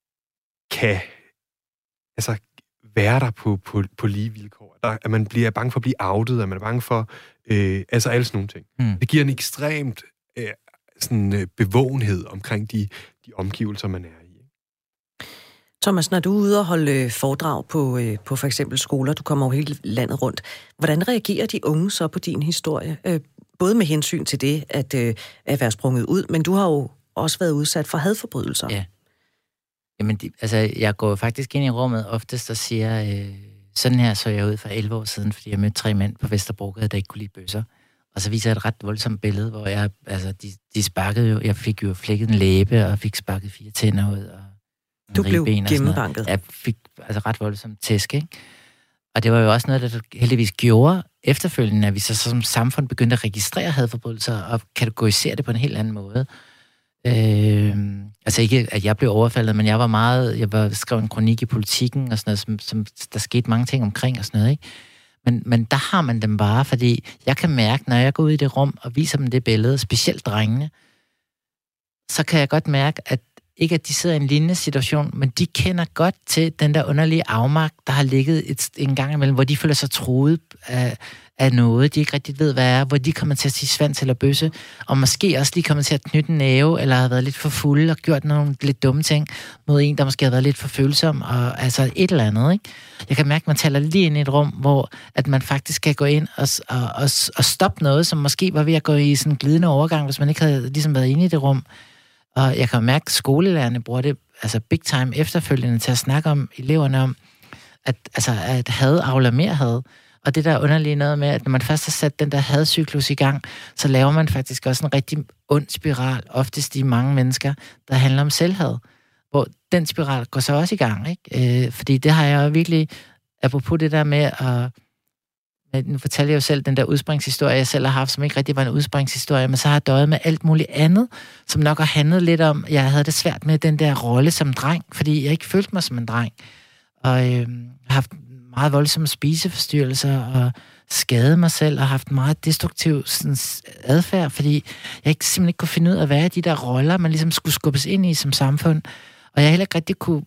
kan altså, være der på, på, på lige vilkår. Der, at man bliver bange for at blive outet, at man er bange for øh, altså alle sådan nogle ting. Mm. Det giver en ekstremt øh, sådan, øh, bevågenhed omkring de, de omgivelser, man er i. Thomas, når du er ude og holde foredrag på, på for eksempel skoler, du kommer jo hele landet rundt, hvordan reagerer de unge så på din historie? Både med hensyn til det, at, at være sprunget ud, men du har jo også været udsat for hadforbrydelser. Ja. Jamen, de, altså, jeg går faktisk ind i rummet oftest og siger, øh, sådan her så jeg ud for elleve år siden, fordi jeg mødte tre mænd på Vesterbrogade, der ikke kunne lide bøsser. Og så viser jeg et ret voldsomt billede, hvor jeg, altså, de, de sparkede jo, jeg fik jo flækket en læbe, og fik sparket fire tænder ud, og du blev gennembanket. Jeg fik altså ret voldsomt tæsk, ikke? Og det var jo også noget, der heldigvis gjorde efterfølgende, at vi så som samfund begyndte at registrere hadforbrydelser og kategorisere det på en helt anden måde. Øh, altså ikke, at jeg blev overfaldet, men jeg var meget, jeg var skrev en kronik i Politikken og sådan noget, som, som der skete mange ting omkring og sådan noget, ikke? Men, men der har man dem bare, fordi jeg kan mærke, når jeg går ud i det rum og viser dem det billede, specielt drengene, så kan jeg godt mærke, at ikke at de sidder i en lignende situation, men de kender godt til den der underlige afmagt, der har ligget et, en gang imellem, hvor de føler sig truet af, af noget, de ikke rigtig ved, hvad er, hvor de kommer til at sige svans eller bøsse, og måske også lige kommer til at knytte en næve, eller har været lidt for fuld og gjort nogle lidt dumme ting mod en, der måske har været lidt for følsom, og altså et eller andet, ikke? Jeg kan mærke, at man taler lige ind i et rum, hvor at man faktisk skal gå ind og, og, og, og stoppe noget, som måske var ved at gå i sådan en glidende overgang, hvis man ikke havde ligesom været inde i det rum. Og jeg kan mærke, at skolelærerne bruger det altså big time efterfølgende til at snakke om eleverne om, at, altså, at had avler mere had. Og det der er underligt noget med, at når man først har sat den der hadcyklus i gang, så laver man faktisk også en rigtig ond spiral, oftest i mange mennesker, der handler om selvhad. Hvor den spiral går så også i gang, ikke? Øh, fordi det har jeg jo virkelig, apropos det der med at... Nu fortæller jeg jo selv den der udspringshistorie, jeg selv har haft, som ikke rigtig var en udspringshistorie, men så har jeg døjet med alt muligt andet, som nok har handlet lidt om, jeg havde det svært med den der rolle som dreng, fordi jeg ikke følte mig som en dreng. Og øh, har haft meget voldsomme spiseforstyrrelser, og skadet mig selv, og haft meget destruktiv sådan, adfærd, fordi jeg ikke, simpelthen ikke kunne finde ud af, hvad er de der roller, man ligesom skulle skubbes ind i som samfund. Og jeg heller ikke rigtig kunne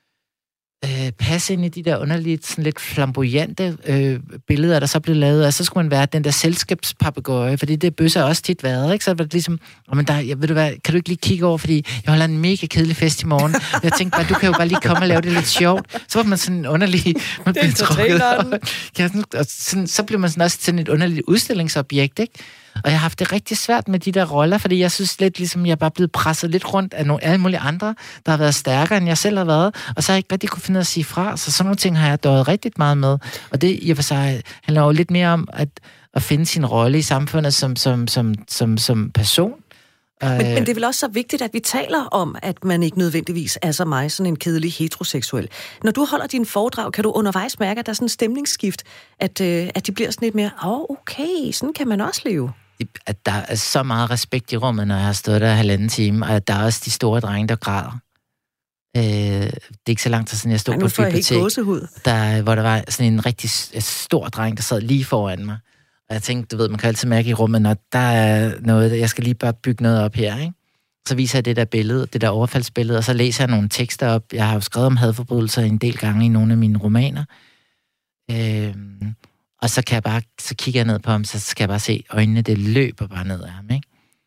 øh, passe ind i de der underlige, sådan lidt flamboyante øh, billeder, der så blev lavet, og så skulle man være den der selskabspapegøje, fordi det bøsser også tit været, ikke? Så var det ligesom, oh, men der, jeg, ved du hvad, kan du ikke lige kigge over, fordi jeg holder en mega kedelig fest i morgen. Jeg tænkte bare, du kan jo bare lige komme og lave det lidt sjovt. Så var man sådan underlig, man blev trukket. Og, ja, og sådan, så blev man sådan også sådan et underligt udstillingsobjekt, ikke? Og jeg har haft det rigtig svært med de der roller, fordi jeg synes lidt ligesom, jeg er bare blevet presset lidt rundt af nogle alle mulige andre, der har været stærkere, end jeg selv har været, og så har jeg ikke rigtig kunne finde ud af at sige fra, så sådan nogle ting har jeg døjet rigtig meget med. Og det i og for sig handler jo lidt mere om at, at finde sin rolle i samfundet som, som, som, som, som person. Men, men det er vel også så vigtigt, at vi taler om, at man ikke nødvendigvis er som mig, sådan en kedelig heteroseksuel. Når du holder din foredrag, kan du undervejs mærke, at der er sådan en stemningsskift, at, øh, at de bliver sådan lidt mere, åh, oh, okay, sådan kan man også leve. At der er så meget respekt i rummet, når jeg har stået der halvanden time, og at der er også de store drenge, der græder. Øh, det er ikke så lang tid siden, jeg stod Ej, på et bibliotek, der, hvor der var sådan en rigtig stor dreng, der sad lige foran mig. Og jeg tænkte, du ved, man kan altid mærke i rummet, når der er noget, jeg skal lige bare bygge noget op her, ikke? Så viser jeg det der billede, det der overfaldsbillede, og så læser jeg nogle tekster op. Jeg har jo skrevet om hadforbrydelser en del gange i nogle af mine romaner. Øh, og så kan jeg bare, så kigger jeg ned på ham, så skal jeg bare se øjnene, det løber bare ned af ham, ikke?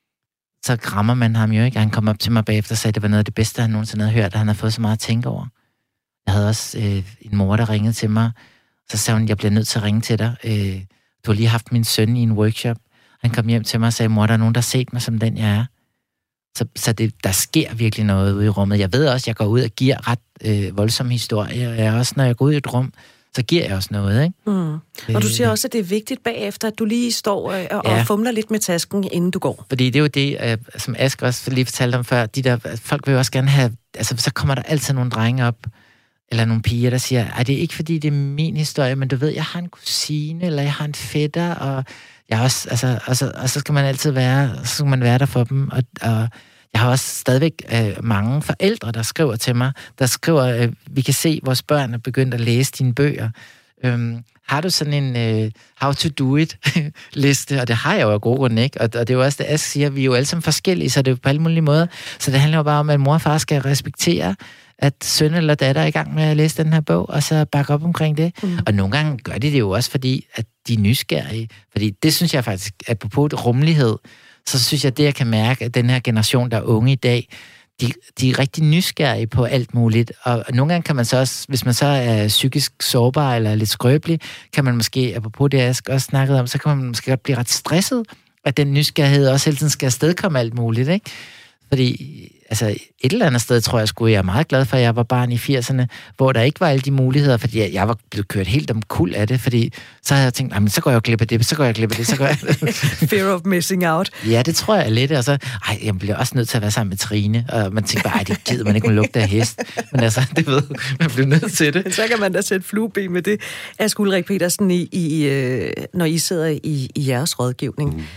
Så grammer man ham jo, ikke? Han kom op til mig bagefter og sagde, at det var noget af det bedste, han nogensinde havde hørt, og han havde fået så meget at tænke over. Jeg havde også øh, en mor, der ringede til mig, så sagde hun, jeg bliver nødt til at ringe til dig. Øh, Du har lige haft min søn i en workshop. Han kom hjem til mig og sagde, mor, der er nogen, der har set mig som den, jeg er. Så, så det, der sker virkelig noget ude i rummet. Jeg ved også, at jeg går ud og giver ret øh, voldsomme historier. Og jeg også, når jeg går ud i et rum, så giver jeg også noget, ikke? Mm. Og du siger også, at det er vigtigt bagefter, at du lige står øh, og ja. fumler lidt med tasken, inden du går. Fordi det er jo det, øh, som Ask også lige fortalte om før. De der, folk vil jo også gerne have... Altså, så kommer der altid nogle drenge op, eller nogle piger, der siger, at det er ikke fordi, det er min historie, men du ved, jeg har en kusine, eller jeg har en fætter, og jeg også, altså, og, så, og så skal man altid være, så skal man være der for dem, og, og jeg har også stadigvæk øh, mange forældre, der skriver til mig, der skriver, øh, vi kan se, at vores børn er begyndt at læse dine bøger. Øhm, har du sådan en øh, how to do it liste, og det har jeg jo af gode grunde, ikke? Og, og det er jo også det, Ask siger, vi er jo alle sammen forskellige, så det er jo på alle mulige måder. Så det handler jo bare om, at mor og far skal respektere, at søn eller datter er i gang med at læse den her bog, og så bakke op omkring det. Mm. Og nogle gange gør de det jo også, fordi at de er nysgerrige. Fordi det synes jeg faktisk, apropos rummelighed, så synes jeg, det jeg kan mærke, at den her generation, der er unge i dag, de, de er rigtig nysgerrige på alt muligt. Og nogle gange kan man så også, hvis man så er psykisk sårbar eller lidt skrøbelig, kan man måske, apropos det, jeg også snakkede om, så kan man måske godt blive ret stresset, at den nysgerrighed også hele tiden skal afstedkomme alt muligt, ikke? Fordi altså, et eller andet sted, tror jeg, skulle jeg er meget glad for, at jeg var barn i firserne, hvor der ikke var alle de muligheder, fordi jeg, jeg var blevet kørt helt omkuld af det, fordi så havde jeg tænkt, men så går jeg jo glip af det, så går jeg glip af det, så går jeg... Fear of missing out. Ja, det tror jeg er lidt, og så, ej, jeg bliver også nødt til at være sammen med Trine, og man tænker bare, ej, det gider man ikke, man lugter af hest, men altså, det ved man bliver nødt til det. Så kan man da sætte flueben med det. Ask Ulrik Petersen, i, i, når I sidder i, i jeres rådgivning, mm.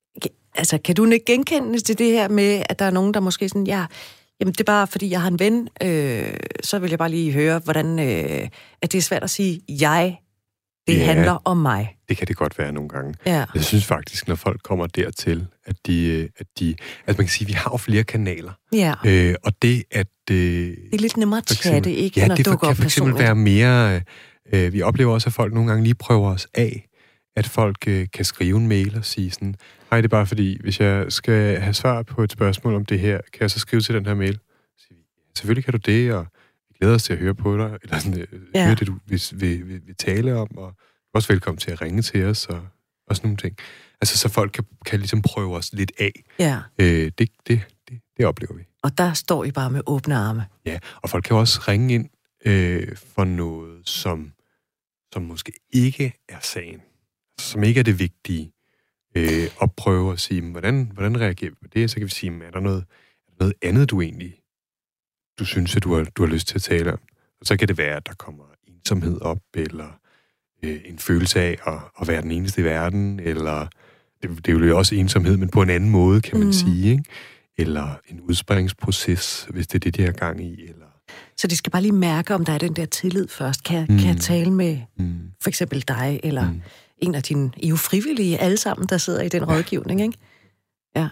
Altså, kan du ikke genkende til det her med, at der er nogen, der måske sådan, ja, jamen det er bare, fordi jeg har en ven, øh, så vil jeg bare lige høre, hvordan, øh, at det er svært at sige, jeg, det ja, handler om mig. Det kan det godt være nogle gange. Ja. Jeg synes faktisk, når folk kommer dertil, at de, at de, altså man kan sige, vi har jo flere kanaler. Ja. Øh, og det, at... Øh, det er lidt nemmere at chatte, ikke, ja, end at dukke op personligt. Ja, det kan for eksempel være mere, øh, vi oplever også, at folk nogle gange lige prøver os af, at folk øh, kan skrive en mail og sige sådan, nej, det er bare fordi, hvis jeg skal have svar på et spørgsmål om det her, kan jeg så skrive til den her mail? Så, selvfølgelig kan du det, og vi glæder os til at høre på dig, eller sådan, ja. høre det, du vil, vil, vil, vil tale om, og du er også velkommen til at ringe til os, og, og sådan nogle ting. Altså, så folk kan, kan ligesom prøve os lidt af. Ja. Øh, det, det, det, Det oplever vi. Og der står I bare med åbne arme. Ja, og folk kan jo også ringe ind øh, for noget, som, som måske ikke er sagen. Som ikke er det vigtige. Øh, og prøve at sige, hvordan, hvordan reagerer vi på det? Så kan vi sige, er der noget, er der noget andet, du egentlig du synes, at du har, du har lyst til at tale om? Og så kan det være, at der kommer ensomhed op, eller øh, en følelse af at, at være den eneste i verden, eller det, det er jo også ensomhed, men på en anden måde, kan man mm. sige, ikke? Eller en udspring-proces, hvis det er det, de har gang i. Eller... Så de skal bare lige mærke, om der er den der tillid først. Kan, mm. kan jeg tale med mm. for eksempel dig, eller mm. en af dine... I er jo frivillige alle sammen, der sidder i den rådgivning, ikke? Ja.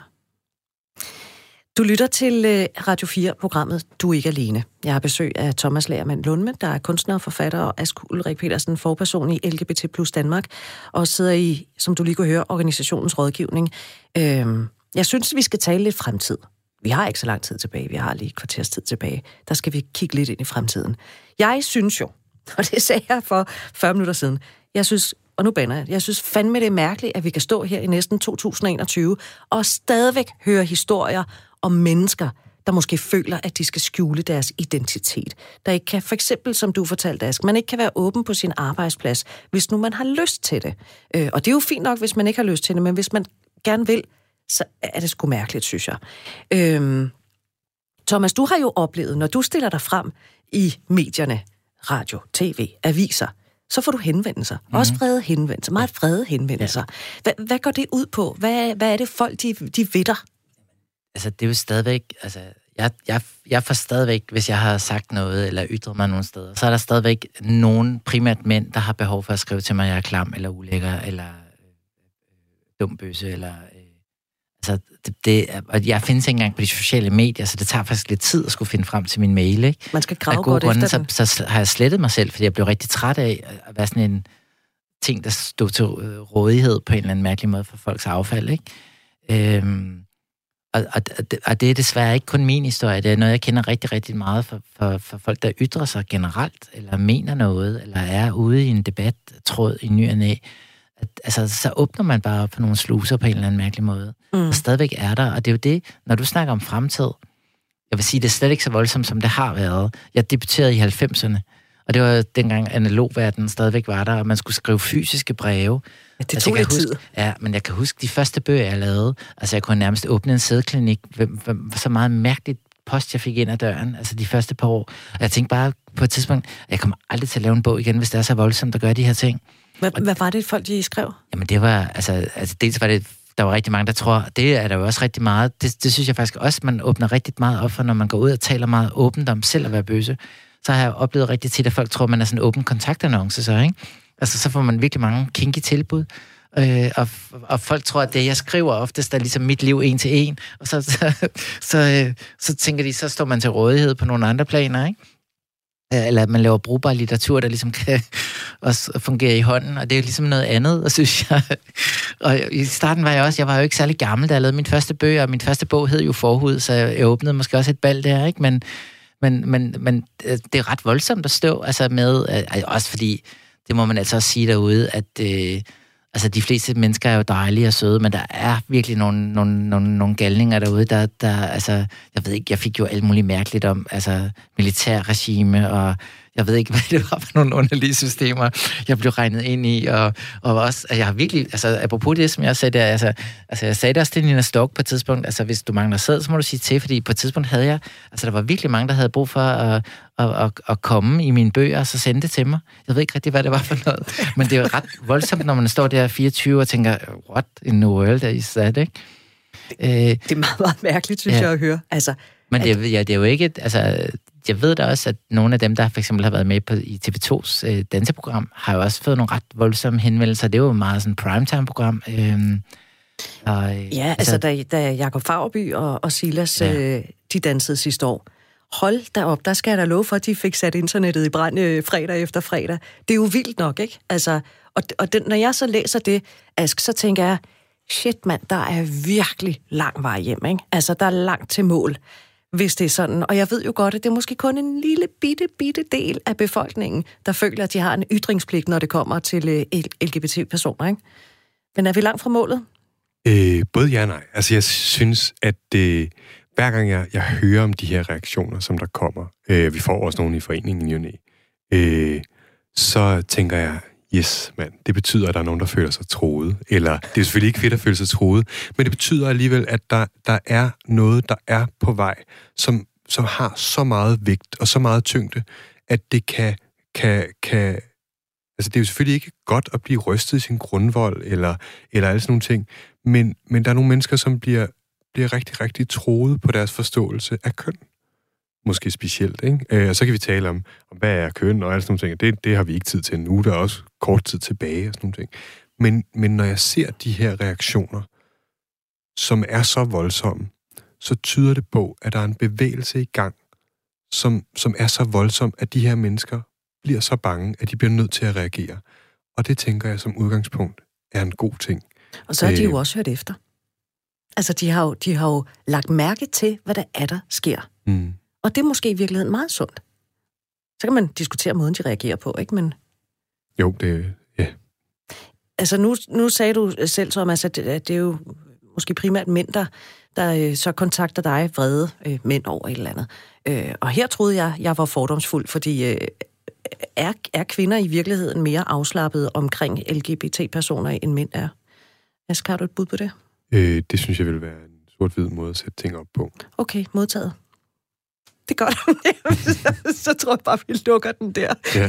Du lytter til Radio fire-programmet Du er ikke alene. Jeg har besøg af Thomas Lagermand Lundme, der er kunstner og forfatter, og Ask Ulrik Petersen, forperson i L G B T plus Danmark, og sidder i, som du lige kunne høre, organisationens rådgivning. Øhm, jeg synes, vi skal tale lidt fremtid. Vi har ikke så lang tid tilbage, vi har lige et kvarters tid tilbage. Der skal vi kigge lidt ind i fremtiden. Jeg synes jo, og det sagde jeg for fyrre minutter siden, jeg synes, og nu bander jeg, jeg synes fandme det er mærkeligt, at vi kan stå her i næsten to tusind og enogtyve og stadigvæk høre historier om mennesker, der måske føler, at de skal skjule deres identitet. Der ikke kan, for eksempel, som du fortalte, Ask, man ikke kan være åben på sin arbejdsplads, hvis nu man har lyst til det. Øh, og det er jo fint nok, hvis man ikke har lyst til det, men hvis man gerne vil, så er det sgu mærkeligt, synes jeg. Øh, Thomas, du har jo oplevet, når du stiller dig frem i medierne, radio, tv, aviser, så får du henvendelser. Mm-hmm. Også vrede henvendelser. Meget vrede henvendelser. Ja. Hvad, hvad går det ud på? Hvad, hvad er det folk, de, de vitter? Altså, det er jo stadigvæk... Altså, jeg, jeg, jeg får stadigvæk, hvis jeg har sagt noget, eller ytret mig nogle steder, så er der stadigvæk nogen, primært mænd, der har behov for at skrive til mig, at jeg er klam, eller ulækker, eller øh, dumbøsse, eller... Øh, altså, det, det, og jeg findes ikke engang på de sociale medier, så det tager faktisk lidt tid at skulle finde frem til min mail, ikke? Man skal grave godt grunde, efter så, så har jeg slettet mig selv, fordi jeg blev rigtig træt af at være sådan en ting, der stod til rådighed på en eller anden mærkelig måde for folks affald, ikke? Øhm, og, og, og det er desværre ikke kun min historie, det er noget, jeg kender rigtig, rigtig meget for, for, for folk, der ytrer sig generelt, eller mener noget, eller er ude i en debattråd i ny og næ. At, altså, så åbner man bare op for nogle sluser på en eller anden mærkelig måde. Mm. Og stadigvæk er der, og det er jo det, når du snakker om fremtid, jeg vil sige, det er slet ikke så voldsomt, som det har været. Jeg debuterede i halvfemserne, og det var dengang analogverdenen stadigvæk var der, og man skulle skrive fysiske breve. Ja, det tog lidt tid. Ja, men jeg kan huske de første bøger, jeg lavede. Altså, jeg kunne nærmest åbne en sædklinik. Så meget mærkeligt post, jeg fik ind ad døren, altså de første par år. Og jeg tænkte bare på et tidspunkt, at jeg kommer aldrig til at lave en bog igen, hvis det er så voldsomt at gøre de her ting. Hvad, og, hvad var det, folk de skrev? Jamen, det var, altså, altså dels var det, der var rigtig mange, der tror, det er der jo også rigtig meget. Det, det synes jeg faktisk også, man åbner rigtig meget op for, når man går ud og taler meget åbent om selv at være bøsse. Så har jeg oplevet rigtig tit, at folk tror, man er sådan en åben kontaktannonce, så, ikke? Altså, så får man virkelig mange kinky tilbud. Øh, og, og folk tror, at det, jeg skriver oftest, er ligesom mit liv en til en. Og så, så, så, øh, så tænker de, så står man til rådighed på nogle andre planer, ikke? Eller at man laver brugbar litteratur, der ligesom kan også fungere i hånden, og det er jo ligesom noget andet, og synes jeg. Og i starten var jeg også, jeg var jo ikke særlig gammel, da jeg lavede min første bøger, og min første bog hed jo Forhud, så jeg åbnede måske også et bal der, ikke? Men, men, men, men det er ret voldsomt at stå, altså med, også fordi, det må man altså også sige derude, at øh, altså de fleste mennesker er jo dejlige og søde, men der er virkelig nogle, nogle, nogle, nogle galninger derude, der, der, altså, jeg ved ikke, jeg fik jo alt muligt mærkeligt om, altså militærregime, og jeg ved ikke, hvad det var for nogle underlige systemer, jeg blev regnet ind i, og, og også, jeg har virkelig, altså apropos det, som jeg sagde der, altså, altså jeg sagde det også til Nina Stork på et tidspunkt, altså hvis du mangler sæd, så må du sige til, fordi på et tidspunkt havde jeg, altså der var virkelig mange, der havde brug for at, at, at, at komme i mine bøger, og så sende det til mig. Jeg ved ikke rigtig, hvad det var for noget, men det er jo ret voldsomt, når man står der fireogtyve og tænker, what in the world is that, ikke? Det, øh, det er meget, meget mærkeligt, synes ja. jeg, at høre. Altså, men det, at... ja, det er jo ikke, altså, jeg ved da også, at nogle af dem, der for eksempel har været med på, i T V to's øh, danseprogram, har jo også fået nogle ret voldsomme henvendelser. Det er jo meget sådan et primetime-program. Øhm, og, øh, ja, altså, altså da, da Jakob Fagerby og, og Silas, ja. øh, de dansede sidste år. Hold da op, der skal jeg da love for, at de fik sat internettet i brand øh, fredag efter fredag. Det er jo vildt nok, ikke? Altså, og og den, når jeg så læser det, Ask, så tænker jeg, shit mand, der er virkelig lang vej hjem, ikke? Altså, der er langt til mål, hvis det er sådan. Og jeg ved jo godt, at det er måske kun en lille bitte, bitte del af befolkningen, der føler, at de har en ytringspligt, når det kommer til øh, L G B T-personer, ikke? Men er vi langt fra målet? Øh, både ja og nej. Altså, jeg synes, at øh, hver gang jeg, jeg hører om de her reaktioner, som der kommer, øh, vi får også nogle i foreningen i N Y øh, så tænker jeg, yes, mand, det betyder, at der er nogen, der føler sig troet. Eller, det er selvfølgelig ikke fedt at føle sig troet, men det betyder alligevel, at der, der er noget, der er på vej, som, som har så meget vægt og så meget tyngde, at det kan, kan, kan... Altså, det er jo selvfølgelig ikke godt at blive rystet i sin grundvold, eller, eller alle sådan nogle ting, men, men der er nogle mennesker, som bliver, bliver rigtig, rigtig troet på deres forståelse af køn. Måske specielt, ikke? Øh, og så kan vi tale om, om hvad er køn og alle sådan nogle ting. Det, det har vi ikke tid til nu. Der er også kort tid tilbage og sådan nogle ting. Men, men når jeg ser de her reaktioner, som er så voldsomme, så tyder det på, at der er en bevægelse i gang, som, som er så voldsom, at de her mennesker bliver så bange, at de bliver nødt til at reagere. Og det tænker jeg som udgangspunkt er en god ting. Og så har de jo også hørt efter. Altså, de har jo, de har jo lagt mærke til, hvad der er, der sker. Mm. Og det er måske i virkeligheden meget sundt. Så kan man diskutere måden, de reagerer på, ikke? Men... Jo, det ja. Altså, nu, nu sagde du selv, Thomas, at det, at det er jo måske primært mænd, der, der øh, så kontakter dig, vrede øh, mænd over et eller andet. Øh, og her troede jeg, jeg var fordomsfuld, fordi øh, er, er kvinder i virkeligheden mere afslappede omkring L G B T-personer, end mænd er? Asger, har du et bud på det? Øh, det synes jeg vil være en sort-hvid måde at sætte ting op på. Okay, modtaget. Det er godt. Så tror jeg bare, vi lukker den der. Ja.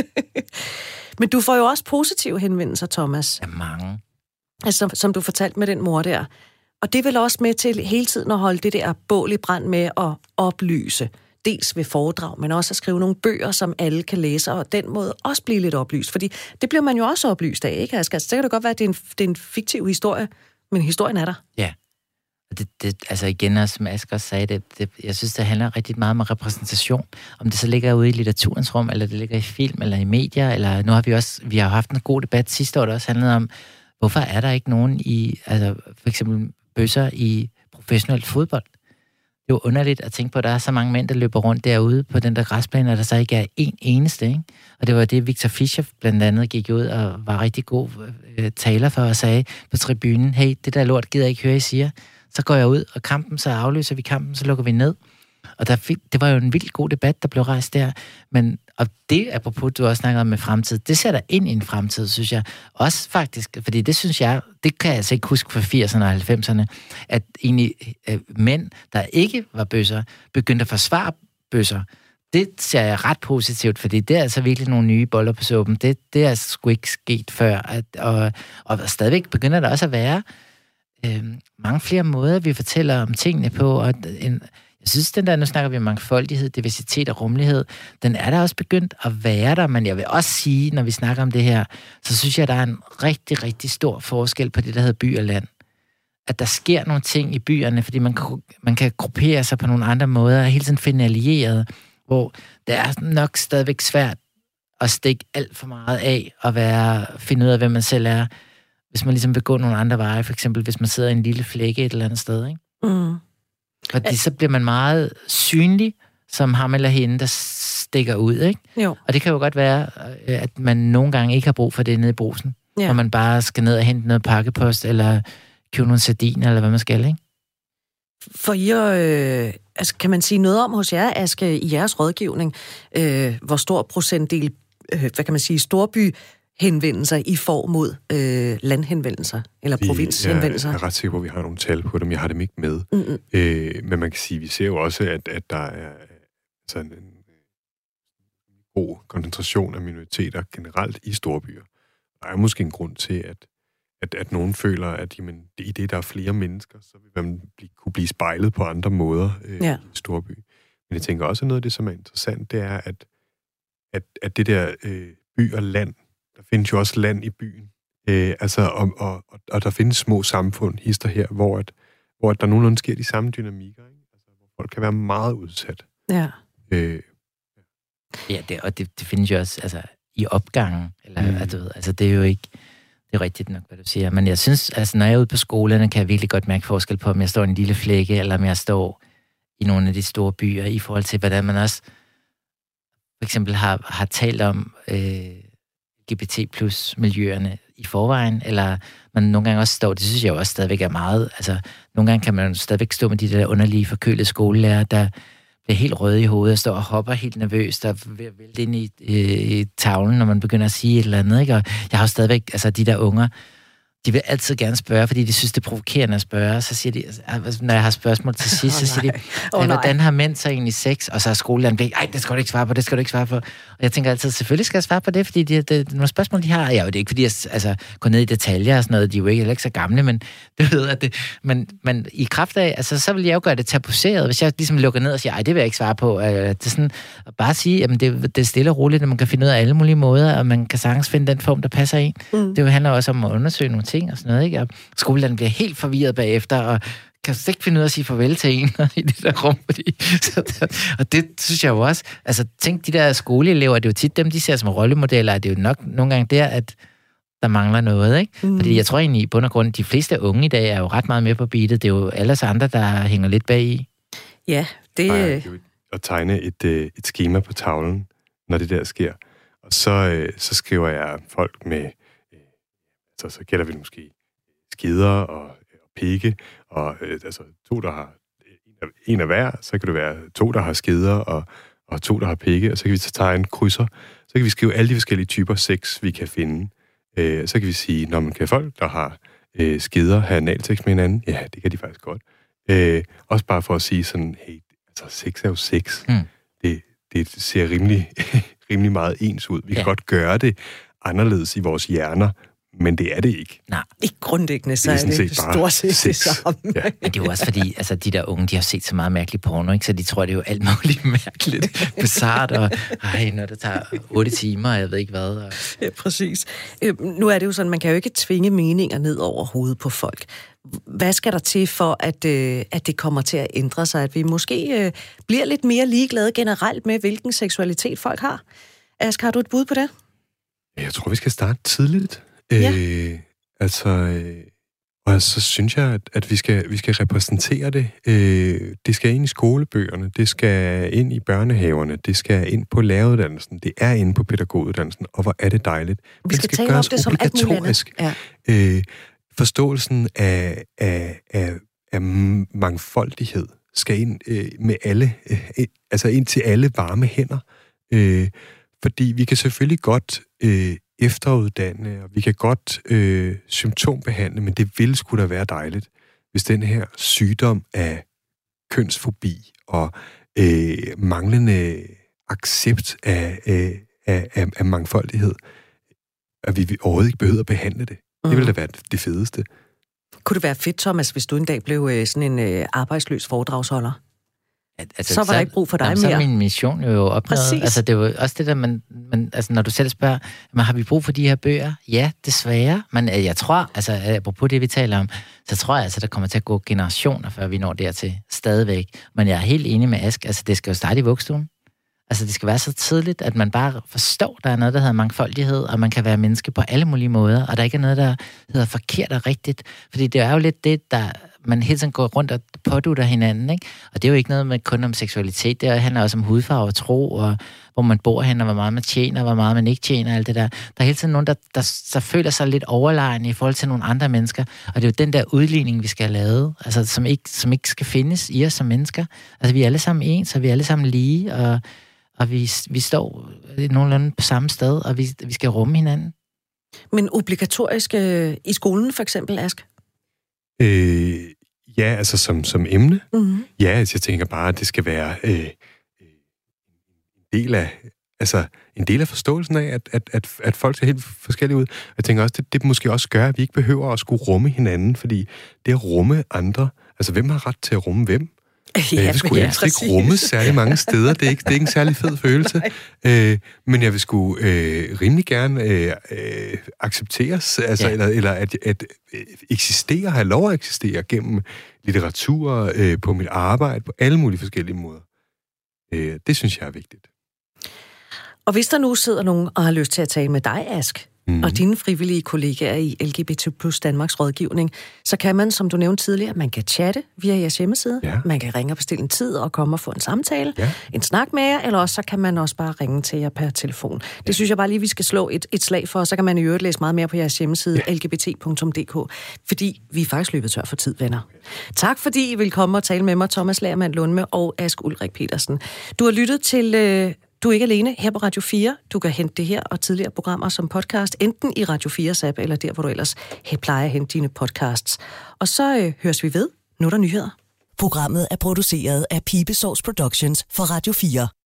Men du får jo også positive henvendelser, Thomas. Ja, mange. Altså, som du fortalte med den mor der. Og det er vel også med til hele tiden at holde det der bål i brand med at oplyse. Dels ved foredrag, men også at skrive nogle bøger, som alle kan læse, og den måde også blive lidt oplyst. Fordi det bliver man jo også oplyst af, ikke, Asger? Så det kan det godt være, at det er en, det er en fiktiv historie, men historien er der. Ja. Det, det, altså igen, også, som Asger sagde, det, det, jeg synes, det handler rigtig meget om repræsentation. Om det så ligger ude i litteraturens rum, eller det ligger i film, eller i medier, eller nu har vi også, vi har haft en god debat sidste år, der også handlede om, hvorfor er der ikke nogen i, altså for eksempel bøsser i professionel fodbold? Det er jo underligt at tænke på, at der er så mange mænd, der løber rundt derude på den der græsplæne, og der så ikke er én eneste, ikke? Og det var det, Victor Fischer blandt andet gik ud og var rigtig god øh, taler for og sagde på tribunen, hey, det der lort gider jeg ikke høre, I siger. Så går jeg ud, og kampen, så afløser vi kampen, så lukker vi ned. Og der fik, det var jo en vildt god debat, der blev rejst der. Men, og det, apropos, du også snakkede om med fremtid, det sætter ind i en fremtid, synes jeg. Også faktisk, fordi det synes jeg, det kan jeg altså ikke huske fra firserne og halvfemserne, at egentlig øh, mænd, der ikke var bøsser, begyndte at forsvare bøsser. Det ser jeg ret positivt, fordi det er altså virkelig nogle nye boller på suppen. Det, det er sgu ikke sket før. At, og, og stadigvæk begynder der også at være øh, mange flere måder, vi fortæller om tingene på, og en, jeg synes, den der, nu snakker vi om mangfoldighed, diversitet og rummelighed, den er der også begyndt at være der, men jeg vil også sige, når vi snakker om det her, så synes jeg, der er en rigtig, rigtig stor forskel på det, der hedder by og land. At der sker nogle ting i byerne, fordi man kan, man kan gruppere sig på nogle andre måder, og hele tiden finde allierede, hvor det er nok stadigvæk svært at stikke alt for meget af, og være, finde ud af, hvem man selv er, hvis man ligesom vil gå nogle andre veje, for eksempel hvis man sidder i en lille flække et eller andet sted, ikke? Mm. Fordi så bliver man meget synlig, som ham eller hende, der stikker ud, ikke? Jo. Og det kan jo godt være, at man nogle gange ikke har brug for det nede i brusen, Ja. hvor man bare skal ned og hente noget pakkepost, eller købe nogle sardiner, eller hvad man skal, ikke? For I, øh, altså, kan man sige noget om hos jer, Aske, i jeres rådgivning, øh, hvor stor procentdel, øh, hvad kan man sige, storby henvendelser I får mod øh, landhenvendelser, eller Vi, provinshenvendelser? Jeg er ret sikker på, at vi har nogle tal på dem. Jeg har dem ikke med. Mm-hmm. Øh, men man kan sige, vi ser jo også, at, at der er sådan en god koncentration af minoriteter generelt i storbyer. Der er måske en grund til, at, at, at nogen føler, at jamen, i det, der er flere mennesker, så vil man blive, kunne blive spejlet på andre måder øh, Ja. i en storby. Men jeg tænker også, at noget af det, som er interessant, det er, at, at, at det der øh, by og land, der findes jo også land i byen. Øh, altså, og, og, og, og der findes små samfund, hister her, hvor, at, hvor at der nogenlunde sker de samme dynamikker, ikke? Altså, hvor folk kan være meget udsat. Ja. Øh, Ja, det, og det, det findes jo også altså, i opgangen. Eller, Mm. altså, du ved, altså, det er jo ikke... Det er rigtigt nok, hvad du siger. Men jeg synes, altså, når jeg er ude på skolerne, kan jeg virkelig godt mærke forskel på, om jeg står i en lille flække, eller om jeg står i nogle af de store byer, i forhold til, hvordan man også for eksempel har, har talt om øh, L G B T plus miljøerne i forvejen, eller man nogle gange også står, det synes jeg jo også stadigvæk er meget, altså nogle gange kan man stadigvæk stå med de der underlige forkølede skolelærer, der bliver helt røde i hovedet og står og hopper helt nervøst og ved at vælte ind i, i tavlen, når man begynder at sige et eller andet, ikke? Og jeg har jo stadigvæk, altså de der unger, de vil altid gerne spørge, fordi de synes, det er provokerende at spørge. Så siger de, når jeg har spørgsmål til sidst, oh, så siger de, oh, hvordan har mænd så egentlig sex? Og så er skolelæreren blik, ej, det skal du ikke svare på, det skal du ikke svare på. Og jeg tænker altid, selvfølgelig skal jeg svare på det, fordi det er nogle spørgsmål, de har. Ja, det er ikke, fordi jeg altså, går ned i detaljer og sådan noget, de er jo ikke, ikke så gamle, men det ved at det, men, men i kraft af, altså, så vil jeg jo gøre det tabuiseret, hvis jeg ligesom lukker ned og siger, ej, det vil jeg ikke svare på. Det er sådan, at bare sige, jamen, det, det er stille og roligt, at man kan finde ud af alle mulige måder, og man kan sagtens finde den form, der passer ind. Mm. Det handler også om at undersøge nogle ting og sådan noget, ikke? Og skolelæreren bliver helt forvirret bagefter, og kan ikke finde ud af at sige farvel til en i det der rum, fordi, så der, og det synes jeg jo også, altså tænk, de der skoleelever, det er jo tit dem, de ser som rollemodeller, det er jo nok nogle gange der, at der mangler noget, ikke? Mm. Fordi jeg tror egentlig i bund og grund, de fleste unge i dag er jo ret meget med på beatet, det er jo alle andre, der hænger lidt bag i. Ja, det... Ej, at tegne et, et schema på tavlen, når det der sker, og så, så skriver jeg folk med, så, så gætter vi måske skider og, og pikke, og øh, altså to, der har en af hver, så kan det være to, der har skider, og, og to, der har pikke, og så kan vi så tegne krydser, så kan vi skrive alle de forskellige typer sex, vi kan finde. Øh, så kan vi sige, når man kan folk, der har øh, skider, have analsex med hinanden, ja, det kan de faktisk godt. Øh, også bare for at sige sådan, hey, altså sex er jo sex. Mm. Det, det ser rimelig, rimelig meget ens ud. Vi kan ja. godt gøre det anderledes i vores hjerner, men det er det ikke. Nej, ikke grundlæggende, så det er, er det stort set det samme. Ja. Men det er jo også fordi, altså de der unge, de har set så meget mærkeligt porno, ikke? Så de tror, det er jo alt muligt mærkeligt, bizarrt, og ej, når det tager otte timer, jeg ved ikke hvad. Og... Ja, præcis. Øh, nu er det jo sådan, man kan jo ikke tvinge meninger ned over hovedet på folk. Hvad skal der til for, at, øh, at det kommer til at ændre sig? At vi måske øh, bliver lidt mere ligeglade generelt med, hvilken seksualitet folk har? Ask, har du et bud på det? Jeg tror, vi skal starte tidligt. Ja. Øh, altså, øh, og så synes jeg, at, at vi, skal, vi skal repræsentere det. Øh, det skal ind i skolebøgerne, det skal ind i børnehaverne, det skal ind på læreruddannelsen, det er inde på pædagoguddannelsen, og hvor er det dejligt. Vi skal, skal tale om det som obligatorisk. Ja. Øh, forståelsen af, af, af, af mangfoldighed skal ind øh, med alle, øh, altså ind til alle varme hænder. Øh, fordi vi kan selvfølgelig godt øh, efteruddanne, og vi kan godt øh, symptombehandle, men det ville sgu da være dejligt, hvis den her sygdom af kønsfobi og øh, manglende accept af, øh, af, af, af mangfoldighed, at vi overhovedet ikke behøver at behandle det. Mm. Det ville da være det fedeste. Kunne det være fedt, Thomas, hvis du en dag blev øh, sådan en øh, arbejdsløs foredragsholder? Altså, så var der ikke brug for dig jamen, mere. Så er min mission jo opnået. Præcis. Altså, det er jo også det der, man, man, altså, når du selv spørger, men har vi brug for de her bøger? Ja, desværre. Men jeg tror, altså, apropos det, vi taler om, så tror jeg, altså, der kommer til at gå generationer, før vi når dertil stadigvæk. Men jeg er helt enig med Ask, altså, det skal jo starte i vuggestuen. Altså, det skal være så tidligt, at man bare forstår, at der er noget, der hedder mangfoldighed, og man kan være menneske på alle mulige måder, og der ikke er noget, der hedder forkert og rigtigt. Fordi det er jo lidt det, der man hele tiden går rundt og pådutter hinanden, ikke? Og det er jo ikke noget med kun om seksualitet, det handler også om hudfarve og tro, og hvor man bor hen, og hvor meget man tjener, og hvor meget man ikke tjener, alt det der. Der er hele tiden nogen, der, der, der føler sig lidt overlegen i forhold til nogle andre mennesker, og det er jo den der udligning, vi skal have lavet, altså som ikke, som ikke skal findes i os som mennesker. Altså vi er alle sammen ens, og vi er alle sammen lige, og Og vi, vi står nogenlunde på samme sted, og vi, vi skal rumme hinanden. Men obligatorisk øh, i skolen for eksempel, Ask? Øh, ja, altså som, som emne. Mm-hmm. Ja, altså jeg tænker bare, at det skal være øh, en del af, altså en del af forståelsen af, at, at, at, at folk ser helt forskellige ud. Jeg tænker også, det, det måske også gør, at vi ikke behøver at skulle rumme hinanden, fordi det at rumme andre, altså hvem har ret til at rumme hvem? Ja, jeg vil sgu ja, ikke rummes særlig mange steder. Det er ikke, det er ikke en særlig fed følelse. Øh, men jeg vil sgu øh, rimelig gerne øh, øh, accepteres, altså, ja. eller, eller at, at eksistere, have lov at eksistere gennem litteratur, øh, på mit arbejde, på alle mulige forskellige måder. Øh, det synes jeg er vigtigt. Og hvis der nu sidder nogen og har lyst til at tale med dig, Ask, mm. og dine frivillige kollegaer i L G B T plus Danmarks rådgivning, så kan man, som du nævnte tidligere, man kan chatte via jeres hjemmeside, ja. Man kan ringe og bestille en tid og komme og få en samtale, ja. En snak med jer, eller også så kan man også bare ringe til jer per telefon. Ja. Det synes jeg bare lige, vi skal slå et, et slag for, og så kan man i øvrigt læse meget mere på jeres hjemmeside, ja. L G B T punktum d k, fordi vi er faktisk løbet tør for tid, venner. Tak fordi I vil komme og tale med mig, Thomas Lagermand Lundme og Ask Ulrik Petersen. Du har lyttet til øh, Du er ikke alene her på Radio fire. Du kan hente det her og tidligere programmer som podcast, enten i Radio fires app, eller der, hvor du ellers plejer at hente dine podcasts. Og så øh, høres vi ved. Nu er der nyheder. Programmet er produceret af Pibesovs Productions for Radio fire.